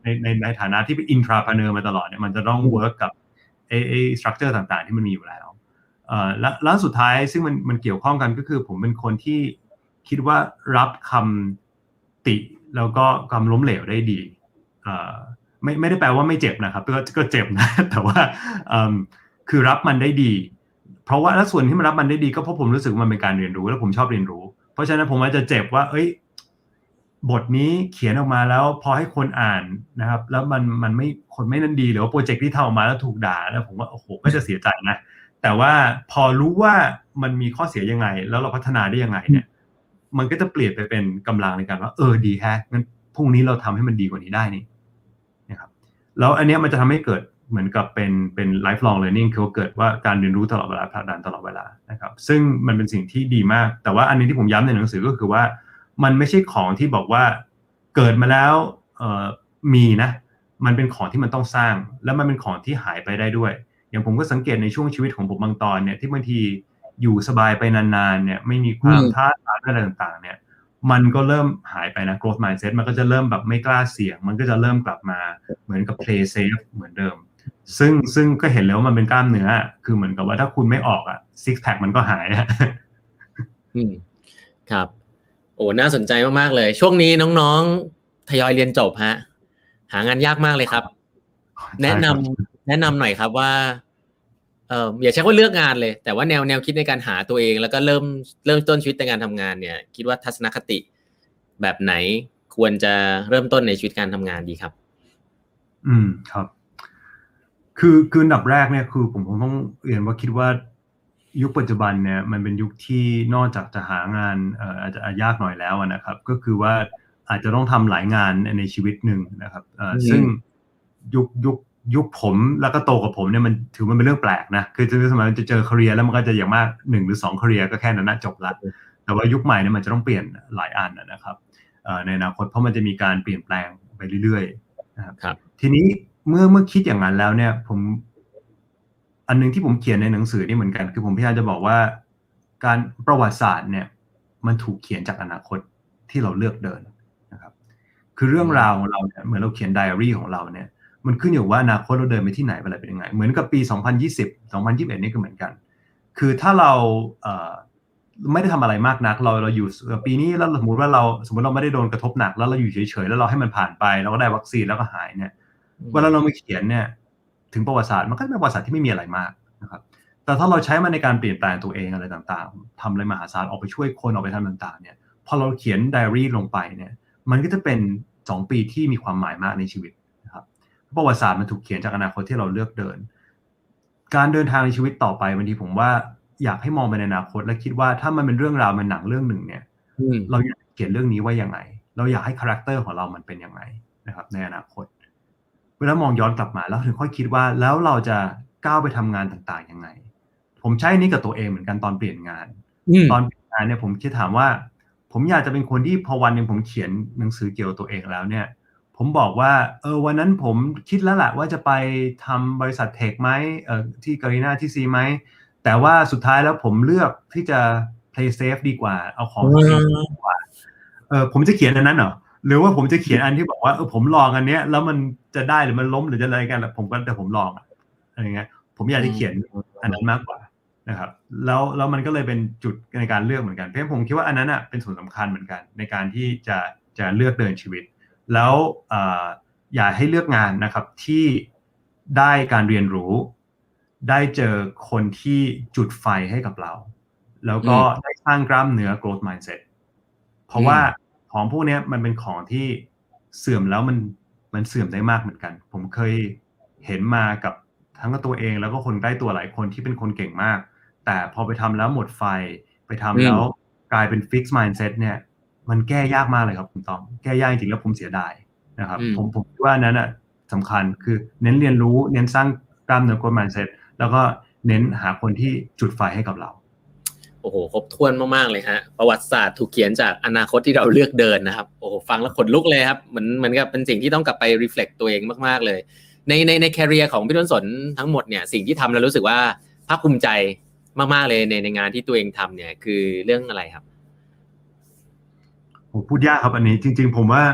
ในในฐานะที่เป็น intrapreneur มาตลอดเนี่ยมันจะต้อง work กับไอ้ไอ้ structure ต่างๆที่มันมีอยู่แล้วเอ่อและแล้วสุดท้ายซึ่งมันมันเกี่ยวข้องกันก็คือผมเป็นคนที่คิดว่ารับคำติแล้วก็ความล้มเหลวได้ดีเอ่อไม่ไม่ได้แปลว่าไม่เจ็บนะครับก็ก็เจ็บนะแต่ว่าเอ่อคือรับมันได้ดีเพราะว่าแล้วส่วนที่มันรับมันได้ดีก็เพราะผมรู้สึกว่ามันเป็นการเรียนรู้แล้วผมชอบเรียนรู้เพราะฉะนั้นผมอาจจะเจ็บว่าเอ้ยบทนี้เขียนออกมาแล้วพอให้คนอ่านนะครับแล้วมันมันไม่คนไม่นั่นดีหรือว่าโปรเจกต์ที่ทำออกมาแล้วถูกด่าแล้วผมว่าโอ้โหก็จะเสียใจนะแต่ว่าพอรู้ว่ามันมีข้อเสียยังไงแล้วเราพัฒนาได้ยังไงเนี่ยมันก็จะเปลี่ยนไปเป็นกำลังในการว่าเออดีแฮะงั้นพรุ่งนี้เราทำให้มันดีกว่านี้ได้นี่นะครับแล้วอันนี้มันจะทำให้เกิดเหมือนกับเป็นเป็น lifelong learning คือเกิดว่าการเรียนรู้ตลอดเวลาผลักดันตลอดเวลานะครับซึ่งมันเป็นสิ่งที่ดีมากแต่ว่าอันนี้ที่ผมย้ำในหนังสือก็คือว่ามันไม่ใช่ของที่บอกว่าเกิดมาแล้วเอ่อมีนะมันเป็นของที่มันต้องสร้างแล้วมันเป็นของที่หายไปได้ด้วยอย่างผมก็สังเกตในช่วงชีวิตของผมบางตอนเนี่ยที่บางทีอยู่สบายไปนานๆเนี่ยไม่มีความท้าทายอะไรต่างๆเนี่ยมันก็เริ่มหายไปนะ growth mindset มันก็จะเริ่มแบบไม่กล้าเสี่ยงมันก็จะเริ่มกลับมาเหมือนกับ play safe เหมือนเดิมซึ่งซึ่งก็เห็นแล้วว่ามันเป็นกล้ามเนื้อคือเหมือนกับว่าถ้าคุณไม่ออกอ่ะ six pack มันก็หายอ่ะอืมครับโอ้น่าสนใจมากๆเลยช่วงนี้น้องๆทยอยเรียนจบฮะหางานยากมากเลยครับแนะนำแนะนำหน่อยครับว่าเอ่ออย่าใช้ว่าเลือกงานเลยแต่ว่าแนวแนวคิดในการหาตัวเองแล้วก็เริ่มเริ่มต้นชีวิตในการทำงานเนี่ยคิดว่าทัศนคติแบบไหนควรจะเริ่มต้นในชีวิตการทำงานดีครับอืมครับคือคืออันดับแรกเนี่ยคือผมคงต้องเรียนว่าคิดว่ายุคปัจจุบันเนี่ยมันเป็นยุคที่นอกจากจะหางานเอ่ออาจจะยากหน่อยแล้วนะครับก็คือว่าอาจจะต้องทำหลายงานในชีวิตหนึ่งนะครับเอ่อซึ่งยุคยุคยุคผมแล้วก็โตกับผมเนี่ยมันถือมันเป็นเรื่องแปลกนะคือจะสมัยจะเจอ career แล้วมันก็จะอย่างมากหนึ่งหรือสอง career ก็แค่นั้นนะจบละแต่ว่ายุคใหม่เนี่ยมันจะต้องเปลี่ยนหลายอันนะครับเอ่อในอนาคตเพราะมันจะมีการเปลี่ยนแปลงไปเรื่อยๆนะครับทีนี้เมื่อเมื่อคิดอย่างนั้นแล้วเนี่ยผมอันนึงที่ผมเขียนในหนังสือนี่เหมือนกันคือผมพยายามจะบอกว่าการประวัติศาสตร์เนี่ยมันถูกเขียนจากอนาคตที่เราเลือกเดินนะครับคือเรื่องราวของเราเนี่ยเหมือนเราเขียนไดอารี่ของเราเนี่ยมันขึ้นอยู่ว่าอนาคตเราเดินไปที่ไหนอะไรเป็นยังไงเหมือนกับปีสองพันยี่สิบ สองพันยี่สิบเอ็ดนี่ก็เหมือนกันคือถ้าเราเอ่อไม่ได้ทำอะไรมากนักเราเราอยู่ปีนี้แล้วสมมติว่าเราสมมติเราไม่ได้โดนกระทบหนักแล้วเราอยู่เฉยๆแล้วเราให้มันผ่านไปเราก็ได้วัคซีนแล้วก็หายเนี่ยเวลาเรามาเขียนเนี่ยถึงประวัติศาสตร์มันก็เป็นประวัติศาสตร์ที่ไม่มีอะไรมากนะครับแต่ถ้าเราใช้มันในการเปลี่ยนแปลงตัวเองอะไรต่างๆทำอะไรมหาศาลออกไปช่วยคนออกไปทำต่างๆเนี่ยพอเราเขียนไดอารี่ลงไปเนี่ยมันก็จะเป็นสองปีที่มีความหมายมากในชีวิตนะครับประวัติศาสตร์มันถูกเขียนจากอนาคตที่เราเลือกเดินการเดินทางในชีวิตต่อไปบางทีผมว่าอยากให้มองไปในอนาคตและคิดว่าถ้ามันเป็นเรื่องราวมันหนังเรื่องหนึ่งเนี่ยเราอยากเขียนเรื่องนี้ว่ายังไงเราอยากให้คาแรคเตอร์ของเรามันเป็นยังไงนะครับในอนาคตเวลามองย้อนกลับมาแล้วถึงค่อยคิดว่าแล้วเราจะก้าวไปทำงานต่างๆยังไงผมใช้นี้กับตัวเองเหมือนกันตอนเปลี่ยนงานตอนเปลี่ยนงานเนี่ยผมคิดถามว่าผมอยากจะเป็นคนที่พอวันนึงผมเขียนหนังสือเกี่ยวกับตัวเองแล้วเนี่ยผมบอกว่าเออวันนั้นผมคิดแล้วแหละว่าจะไปทำบริษัทเทคไหมเอ่อที่การีนาที่ซีไหมแต่ว่าสุดท้ายแล้วผมเลือกที่จะ play safe ดีกว่าเอาของตัวเองดีกว่าเออผมจะเขียนอันนั้นเหรอหรือว่าผมจะเขียนอันที่บอกว่าเออผมลองอันเนี้ยแล้วมันจะได้หรือมันล้มหรือจะอะไรกันผมก็แต่ผมลองอะไรเงี้ยผมอยากจะเขียนอันนั้นมากกว่านะครับแล้วแล้วมันก็เลยเป็นจุดในการเลือกเหมือนกันเพราะผมคิดว่าอันนั้นอ่ะเป็นส่วนสำคัญเหมือนกันในการที่จะจะเลือกเดินชีวิตแล้วอ่าอย่าให้เลือกงานนะครับที่ได้การเรียนรู้ได้เจอคนที่จุดไฟให้กับเราแล้วก็ได้สร้างกล้ามเนื้อ growth mindset เพราะว่าของพวกนี้มันเป็นของที่เสื่อมแล้วมันมันเสื่อมได้มากเหมือนกันผมเคยเห็นมากับทั้งกับตัวเองแล้วก็คนใกล้ตัวหลายคนที่เป็นคนเก่งมากแต่พอไปทำแล้วหมดไฟไปทำแล้วกลายเป็น fixed mindset เนี่ยมันแก้ยากมากเลยครับคุณต้องแก้ยากจริงแล้วผมเสียดายนะครับผมผมคิดว่านั้นอ่ะสำคัญคือเน้นเรียนรู้เน้นสร้างกล้ามเนื้อ growth mindset แล้วก็เน้นหาคนที่จุดไฟให้กับเราโอ้โหครบถ้วนมากๆเลยฮะประวัติศาสตร์ถูกเขียนจากอนาคตที่เราเลือกเดินนะครับโอ้โหฟังแล้วขนลุกเลยครับเหมือนเหมือนกับเป็นสิ่งที่ต้องกลับไป reflect ตัวเองมากๆเลยในในใน career ของพี่ต้นสนทั้งหมดเนี่ยสิ่งที่ทำแล้วรู้สึกว่าภาคภูมิใจมากๆเลยในในงานที่ตัวเองทำเนี่ยคือเรื่องอะไรครับโอ้พูดยากครับอันนี้จริงๆผมว่า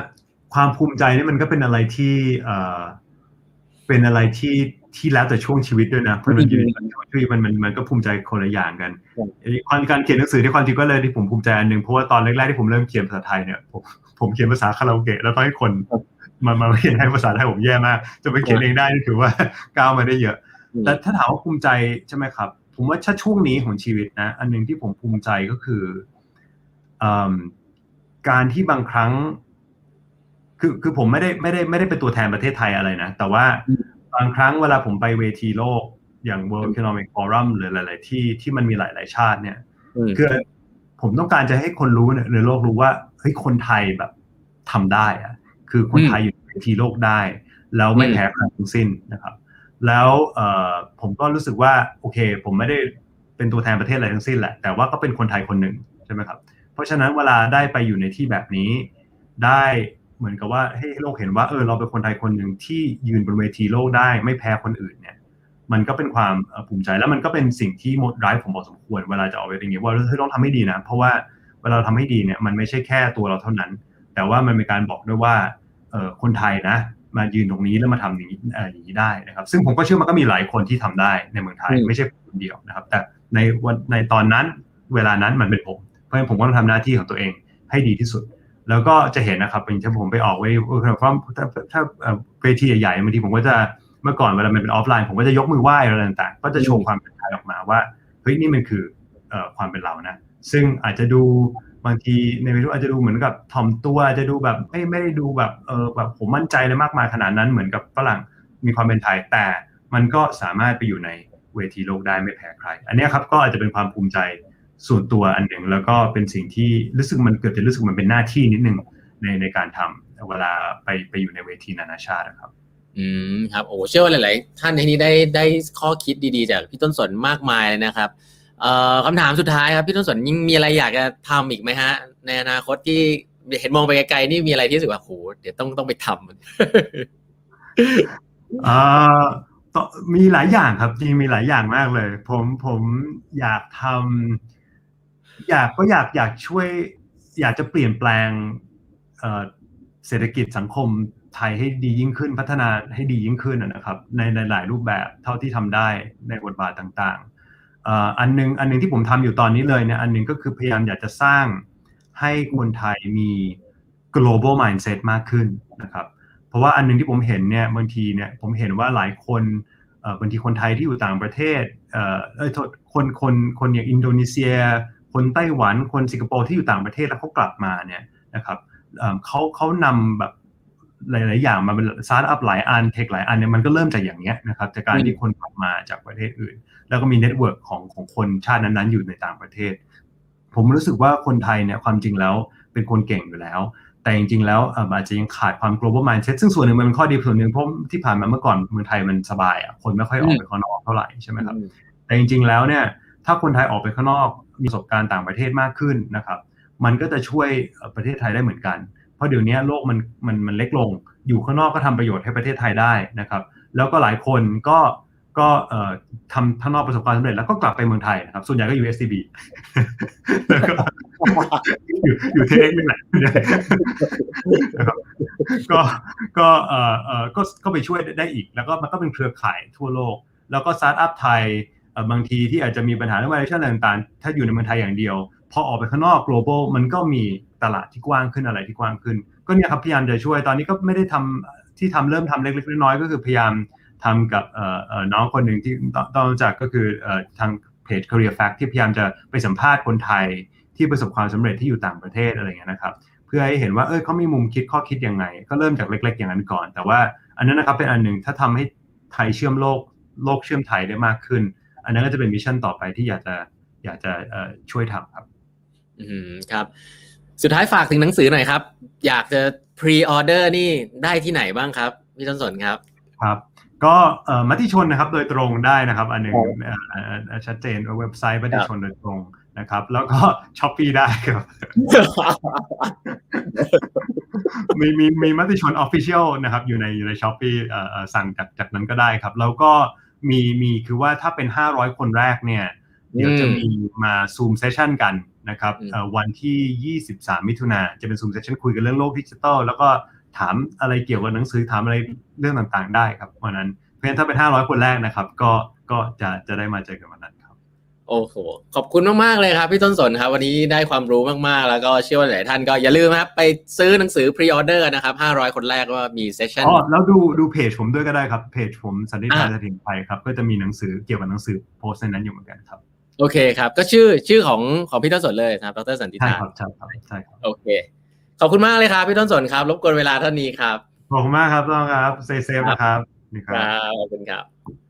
ความภูมิใจนี่มันก็เป็นอะไรที่เอ่อเป็นอะไรที่ที่แล้วแต่ช่วงชีวิตด้วยนะเพราะมันอยู่ในช่วงชีวิตมันมันมันก็ภูมิใจคนละอย่างกันความการเขียนหนังสือที่ความจริงก็เลยที่ผมภูมิใจอันนึงเพราะว่าตอนแรกๆที่ผมเริ่มเขียนภาษาไทยเนี่ยผมผมเขียนภาษาคาราโอเกะแล้วต้องให้คนมามาเขียนให้ภาษาไทยผมแย่มากจะไปเขียนเองได้นี่ถือว่าก้าวมาได้เยอะแต่ถ้าถามว่าภูมิใจใช่ไหมครับผมว่าถ้าช่วงนี้ของชีวิตนะอันนึงที่ผมภูมิใจก็คือการที่บางครั้งคือคือผมไม่ได้ไม่ได้ไม่ได้เป็นตัวแทนประเทศไทยอะไรนะแต่ว่าบางครั้งเวลาผมไปเวทีโลกอย่าง World Economic Forum หรือหลายๆที่ที่มันมีหลายๆชาติเนี่ยคือผมต้องการจะให้คนรู้ในโลกรู้ว่าเฮ้ยคนไทยแบบทำได้อะคือคนไทยอยู่ในเวทีโลกได้แล้วไม่แพ้ใครทั้งสิ้นนะครับแล้วเอ่อผมก็รู้สึกว่าโอเคผมไม่ได้เป็นตัวแทนประเทศอะไรทั้งสิ้นแหละแต่ว่าก็เป็นคนไทยคนหนึ่งใช่ไหมครับเพราะฉะนั้นเวลาได้ไปอยู่ในที่แบบนี้ได้เหมือนกับว่าให้โลกเห็นว่าเออเราเป็นคนไทยคนหนึ่งที่ยืนบนเวทีโลกได้ไม่แพ้คนอื่นเนี่ยมันก็เป็นความภูมิใจแล้วมันก็เป็นสิ่งที่ drive ผมพอสมควรเวลาจะออกไปอย่างเงี้ยว่าเราต้องทำให้ดีนะเพราะว่าเวลาเราทำให้ดีเนี่ยมันไม่ใช่แค่ตัวเราเท่านั้นแต่ว่ามันเป็นการบอกด้วยว่าเออคนไทยนะมายืนตรงนี้แล้วมาทำอย่างนี้อย่างนี้ได้นะครับซึ่งผมก็เชื่อมันก็มีหลายคนที่ทำได้ในเมืองไทยไม่ใช่คนเดียวนะครับแต่ในวันในตอนนั้นเวลานั้นมันเป็นผมเพราะฉะนั้นผมก็ต้องทำหน้าที่ของตัวเองให้ดีที่สุดแล้วก็จะเห็นนะครับเป็นที่ผมไปออกเวทีถ้าถ้าเวทีใหญ่ๆบางทีผมก็จะเมื่อก่อนเวลามันเป็นออฟไลน์ผมก็จะยกมือไหว้อะไรต่างๆก็จะโชว์ความเป็นไทยออกมาว่าเฮ้ยนี่มันคือความเป็นเรานะซึ่งอาจจะดูบางทีในวิดีโออาจจะดูเหมือนกับถ่อมตัวอาจจะดูแบบไม่ไม่ได้ดูแบบเออแบบผมมั่นใจเลยมากมายขนาดนั้นเหมือนกับฝรั่งมีความเป็นไทยแต่มันก็สามารถไปอยู่ในเวทีโลกได้ไม่แพ้ใครอันนี้ครับก็อาจจะเป็นความภูมิใจส่วนตัวอันหนึ่งแล้วก็เป็นสิ่งที่รู้สึกมันเกิดจะรู้สึกมันเป็นหน้าที่นิดนึงในในการทำเวลาไปไปอยู่ในเวทีนานาชาติครับอืมครับโอ้เชื่อว่าหลายๆท่านในนี้ได้ได้ข้อคิดดีๆจากพี่ต้นสนมากมายเลยนะครับเอ่อคำถามสุดท้ายครับพี่ต้นสนยิ่งมีอะไรอยากจะทำอีกไหมฮะในอนาคตที่เห็นมองไปไกลๆนี่มีอะไรที่รู้สึกว่าโหเดี๋ยวต้องต้องไปทำอ่ามีหลายอย่างครับจริงมีหลายอย่างมากเลยผมผมอยากทำอยากก็อยากอยากช่วยอยากจะเปลี่ยนแปลงเศรษฐกิจสังคมไทยให้ดียิ่งขึ้นพัฒนาให้ดียิ่งขึ้นนะครับในในหลายรูปแบบเท่าที่ทำได้ในบทบาทต่างๆอันนึงอันนึงที่ผมทำอยู่ตอนนี้เลยเนี่ยอันนึงก็คือพยายามอยากจะสร้างให้คนไทยมี global mindset มากขึ้นนะครับเพราะว่าอันนึงที่ผมเห็นเนี่ยบางทีเนี่ยผมเห็นว่าหลายคนบางทีคนไทยที่อยู่ต่างประเทศเอ่อเอ้ยคนคนคนอย่างอินโดนีเซียคนไต้หวันคนสิงคโปร์ที่อยู่ต่างประเทศแล้วเขากลับมาเนี่ยนะครับเขาเขานำแบบหลายๆอย่างมาเป็นสตาร์ทอัพหลายอันเทคหลายอันเนี่ยมันก็เริ่มจากอย่างเงี้ยนะครับจากการที่คนกลับมาจากประเทศอื่นแล้วก็มีเน็ตเวิร์กของของคนชาตินั้นๆอยู่ในต่างประเทศผมรู้สึกว่าคนไทยเนี่ยความจริงแล้วเป็นคนเก่งอยู่แล้วแต่จริงๆแล้วอาจจะยังขาดความ global mindset ซึ่งส่วนหนึ่งมันเป็นข้อดีส่วนหนึ่งเพราะที่ผ่านมาเมื่อก่อนเมืองไทยมันสบายอ่ะคนไม่ค่อยออกไปข้างนอกเท่าไหร่ใช่ไหมครับแต่จริงๆแล้วเนี่ยถ้าคนไทยออกไปข้างนอกมีประสบการณ์ต่างประเทศมากขึ้นนะครับมันก็จะช่วยประเทศไทยได้เหมือนกันเพราะเดี๋ยวนี้โลกมันมันมันเล็กลงอยู่ข้างนอกก็ทำประโยชน์ให้ประเทศไทยได้นะครับแล้วก็หลายคนก็ก็ทำข้างนอกประสบความสำเร็จแล้วก็กลับไปเมืองไทยนะครับส่วนใหญ่ก็อยู่ เอส ซี บี แล้วก็อยู่อยู่เทคนี่แหละนะครับก็ก็เอ่อเอ่อก็ก็ไปช่วยได้อีกแล้วก็มันก็เป็นเครือข่ายทั่วโลกแล้วก็สตาร์ทอัพไทยบางทีที่อาจจะมีปัญหาเรื่อง valuation ต่างๆถ้าอยู่ในเมืองไทยอย่างเดียวพอออกไปข้างนอก global มันก็มีตลาดที่กว้างขึ้นอะไรที่กว้างขึ้นก็เนี่ยครับพยายามจะช่วยตอนนี้ก็ไม่ได้ทำที่ทำเริ่มทำเล็กๆน้อยๆก็คือพยายามทำกับน้องคนหนึ่งที่ต้องรู้จักก็คือทางเพจ Career Fact ที่พยายามจะไปสัมภาษณ์คนไทยที่ประสบความสำเร็จที่อยู่ต่างประเทศอะไรเงี้ยนะครับเพื่อให้เห็นว่าเออเขามีมุมคิดข้อคิดยังไงก็เริ่มจากเล็กๆอย่างนั้นก่อนแต่ว่าอันนั้นนะครับเป็นอันหนึ่งถ้าทำให้ไทยเชื่อมโลกโลกเชื่อมไทยได้มากขึ้นอันนั้นก็จะเป็นมิชชั่นต่อไปที่อยากจะอยากจะช่วยทำครับอืมครับสุดท้ายฝากถึงหนังสือหน่อยครับอยากจะพรีออเดอร์นี่ได้ที่ไหนบ้างครับพี่ต้นสนครับครับก็มติชนนะครับโดยตรงได้นะครับอันหนึ่งชัดเจนเว็บไซต์มติชนโดยตรงนะครับแล้วก็ Shopee ได้ครับ มีมีมีมติชน Official นะครับอยู่ในอยู่ใน Shopee เอ่อสั่งจากจากนั้นก็ได้ครับแล้วก็มีมีคือว่าถ้าเป็นห้าร้อยคนแรกเนี่ยเดี๋ยวจะมีมา Zoom Session กันนะครับวันที่ยี่สิบสามมิถุนายนจะเป็น Zoom Session คุยกันเรื่องโลกดิจิทัลแล้วก็ถามอะไรเกี่ยวกับหนังสือถามอะไรเรื่องต่างๆได้ครับวันนั้นเพราะฉะนั้นถ้าเป็นห้าร้อยคนแรกนะครับก็ก็จะจะได้มาเจอกันวันนั้นครับโอ้โหขอบคุณมากๆเลยครับพี่ต้นสนครับวันนี้ได้ความรู้มากๆแล้วก็เชื่อว่าหลายท่านก็อย่าลืมครับไปซื้อหนังสือพรีออเดอร์นะครับห้าร้อยคนแรกว่ามีเซสชั่นอ๋อแล้วดูดูเพจผมด้วยก็ได้ครับเพจผมสันติภาเสถียรไทยครับก็จะมีหนังสือเกี่ยวกับหนังสือโพสต์ในนั้นอยู่เหมือนกันครับโอเคครับก็ชื่อชื่อของของพี่ต้นสนเลยนะครับดร.สันติภาใช่ครับใช่ครับใช่ครับโอเคขอบคุณมากเลยครับพี่ต้นสนครับรบกวนเวลาเท่านี้ครับขอบคุณมากครับต้องครับเซฟเซฟนะครับนี่คครับ รับขอบคุณครับ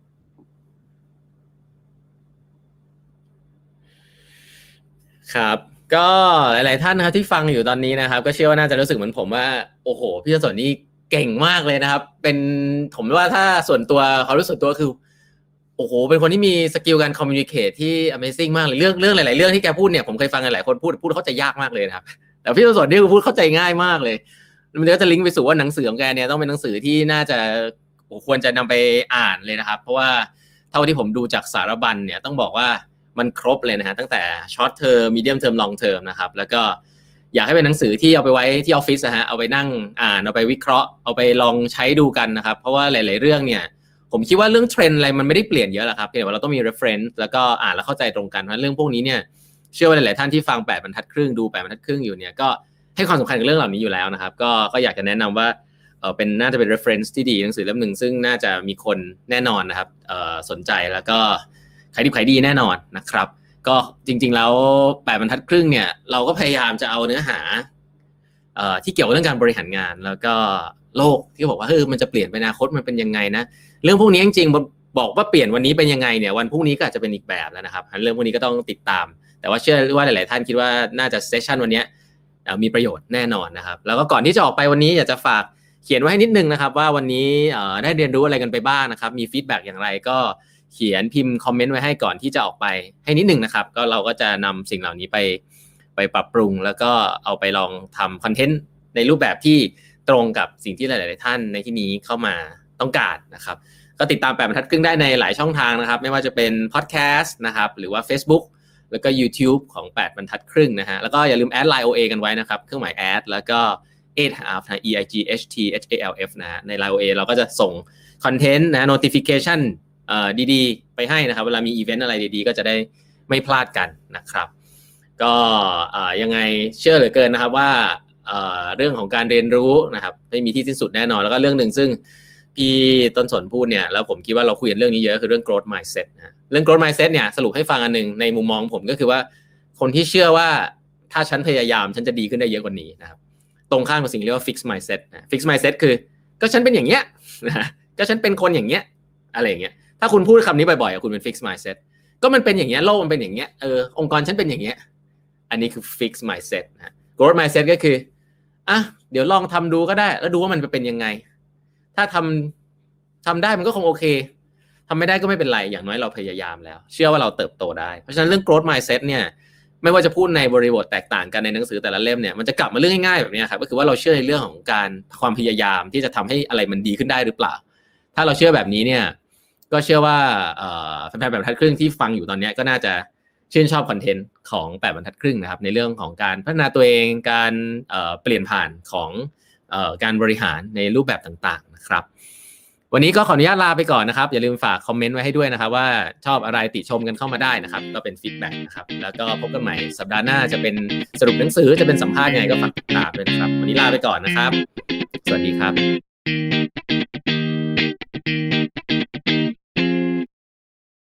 ครับก็หลายๆท่านนะครับที่ฟังอยู่ตอนนี้นะครับก็เชื่อว่าน่าจะรู้สึกเหมือนผมว่าโอ้โหพี่ต้นสนนี่เก่งมากเลยนะครับเป็นผมว่าถ้าส่วนตัวความรู้สึกตัวคือโอ้โหเป็นคนที่มีสกิลการคอมมิวนิเคทที่ Amazing มากเลยเรื่องเรื่องหลายๆเรื่องที่แกพูดเนี่ยผมเคยฟังกันหลายคนพูดพูดเข้าใจยากมากเลยนะครับแต่พี่ต้นสนนี่คือพูดเข้าใจง่ายมากเลยมันก็จะลิงก์ไปสู่ว่าหนังสือของแกเนี่ยต้องเป็นหนังสือที่น่าจะควรจะนำไปอ่านเลยนะครับเพราะว่าเท่าที่ผมดูจากสารบัญเนี่ยต้องบอกว่ามันครบเลยนะฮะตั้งแต่ short term medium term long term นะครับแล้วก็อยากให้เป็นหนังสือที่เอาไปไว้ที่ออฟฟิศนะฮะเอาไปนั่งอ่านเอาไปวิเคราะห์เอาไปลองใช้ดูกันนะครับเพราะว่าหลายๆเรื่องเนี่ยผมคิดว่าเรื่องเทรนด์อะไรมันไม่ได้เปลี่ยนเยอะหรอกครับเพียงแต่ว่าเราต้องมี reference แล้วก็อ่านแล้วเข้าใจตรงกันเพราะเรื่องพวกนี้เนี่ยเชื่อว่าหลายๆท่านที่ฟังแปดบรรทัดครึ่งดูแปดบรรทัดครึ่งอยู่เนี่ยก็ให้ความสำคัญกับเรื่องเหล่านี้อยู่แล้วนะครับก็ก็อยากจะแนะนำว่าเออเป็นน่าจะเป็น reference ที่ดีหนังสือเล่มหนึ่งซึ่งน่าจะมีคนแน่นอนนะครับเออสนใจแล้วก็ขายดีขายดีแน่นอนนะครับก็จริงๆแล้วแปดบรรทัดครึ่งเนี่ยเราก็พยายามจะเอาเนื้อหาเอ่อที่เกี่ยวกับเรื่องการบริหารงานแล้วก็โลกที่บอกว่าเฮ้ยมันจะเปลี่ยนไปอนาคตมันเป็นยังไงนะเรื่องพวกนี้จริงๆบอกว่าเปลี่ยนวันนี้เป็นยังไงเนี่ยวันพรุ่งนี้ก็อาจจะเป็นอีกแบบแล้วนะครับเรื่องพวกนี้ก็ต้องติดตามแต่ว่าเชื่อว่าหลายๆท่านคิดว่าน่าจะเซสชั่นวันนี้มีประโยชน์แน่นอนนะครับแล้วก็ก่อนที่จะออกไปวันนี้อยากจะฝากเขียนไว้ให้นิดนึงนะครับว่าวันนี้ได้เรียนรู้อะไรกันไปบ้างนะครับมีฟีดแบ็กอย่างไรก็เขียนพิมพ์คอมเมนต์ไว้ให้ก่อนที่จะออกไปให้นิดนึงนะครับก็เราก็จะนำสิ่งเหล่านี้ไปไปปรับปรุงแล้วก็เอาไปลองทำคอนเทนต์ในรูปแบบที่ตรงกับสิ่งที่หลายๆท่านในที่นี้เข้ามาต้องการนะครับก็ติดตามแปดบรรทัดครึ่งได้ในหลายช่องทางนะครับไม่ว่าจะเป็นพอดแคสต์นะครับหรือว่า Facebook แล้วก็ YouTube ของแปดบรรทัดครึ่งนะฮะแล้วก็อย่าลืมแอด ไลน์ โอ เอ กันไว้นะครับเครื่องหมายแอดแล้วก็ เอท half นะ E I G H T H A L F นะฮะใน ไลน์ โอ เอ เราก็จะส่งคอนเทนต์นะ notification เอ่อดีๆไปให้นะครับเวลามีอีเวนต์อะไรดีๆก็จะได้ไม่พลาดกันนะครับก็เอ่อยังไงเชื่อเหลือเกินนะครับว่าเอ่อเรื่องของการเรียนรู้นะครับไม่มีที่สิ้นสุดแน่นอนแล้วก็เรื่องนึงซึ่งพี่ต้นสนพูดเนี่ยแล้วผมคิดว่าเราคุยกันเรื่องนี้เยอะคือเรื่อง growth mindset นะเรื่อง growth mindset เนี่ยสรุปให้ฟังอันนึงในมุมมองผมก็คือว่าคนที่เชื่อว่าถ้าฉันพยายามฉันจะดีขึ้นได้เยอะกว่านี้นะครับตรงข้ามกับสิ่งเรียกว่า fix mindset นะ fix mindset คือก็ฉันเป็นอย่างเงี้ยนะก็ฉันเป็นคนอย่างเงี้ยอะไรอย่างเงี้ยถ้าคุณพูดคำนี้บ่อยๆคุณเป็น fix mindset ก็มันเป็นอย่างเงี้ยโลกมันเป็นอย่างเงี้ยเออองค์กรฉันเป็นอย่างเงี้ยอันนี้คือ fix mindset นะ growth mindset ก็คืออ่ะเดี๋ยวลองทำดูก็ได้แล้วดูว่ามันเป็นยังไงถ้าทำทำได้มันก็คงโอเคทำไม่ได้ก็ไม่เป็นไรอย่างน้อยเราพยายามแล้วเชื่อว่าเราเติบโตได้เพราะฉะนั้นเรื่อง growth mindset เนี่ยไม่ว่าจะพูดในบริบทแตกต่างกันในหนังสือแต่ละเล่มเนี่ยมันจะกลับมาเรื่องง่ายๆแบบนี้ครับก็คือว่าเราเชื่อในเรื่องของการความพยายามที่จะทำให้อะไรมันดีขึ้นได้หรือเปล่าถ้าเราเชื่อแบบนี้เนี่ยก็เชื่อว่าแฟนๆแปดบรรทัดครึ่งที่ฟังอยู่ตอนนี้ก็น่าจะชื่นชอบคอนเทนต์ของแปดบรรทัดครึ่งนะครับในเรื่องของการพัฒนาตัวเองการเอ่อเปลี่ยนผ่านของเอ่อการบริหารในรูปแบบต่างๆนะครับวันนี้ก็ขออนุญาตลาไปก่อนนะครับอย่าลืมฝากคอมเมนต์ไว้ให้ด้วยนะครับว่าชอบอะไรติชมกันเข้ามาได้นะครับก็เป็นฟีดแบ็กนะครับแล้วก็พบกันใหม่สัปดาห์หน้าจะเป็นสรุปหนังสือจะเป็นสัมภาษณ์ยังไงก็ฝากติดตามด้วยนะครับวันนี้ลาไปก่อนนะครับสวัสดีครับ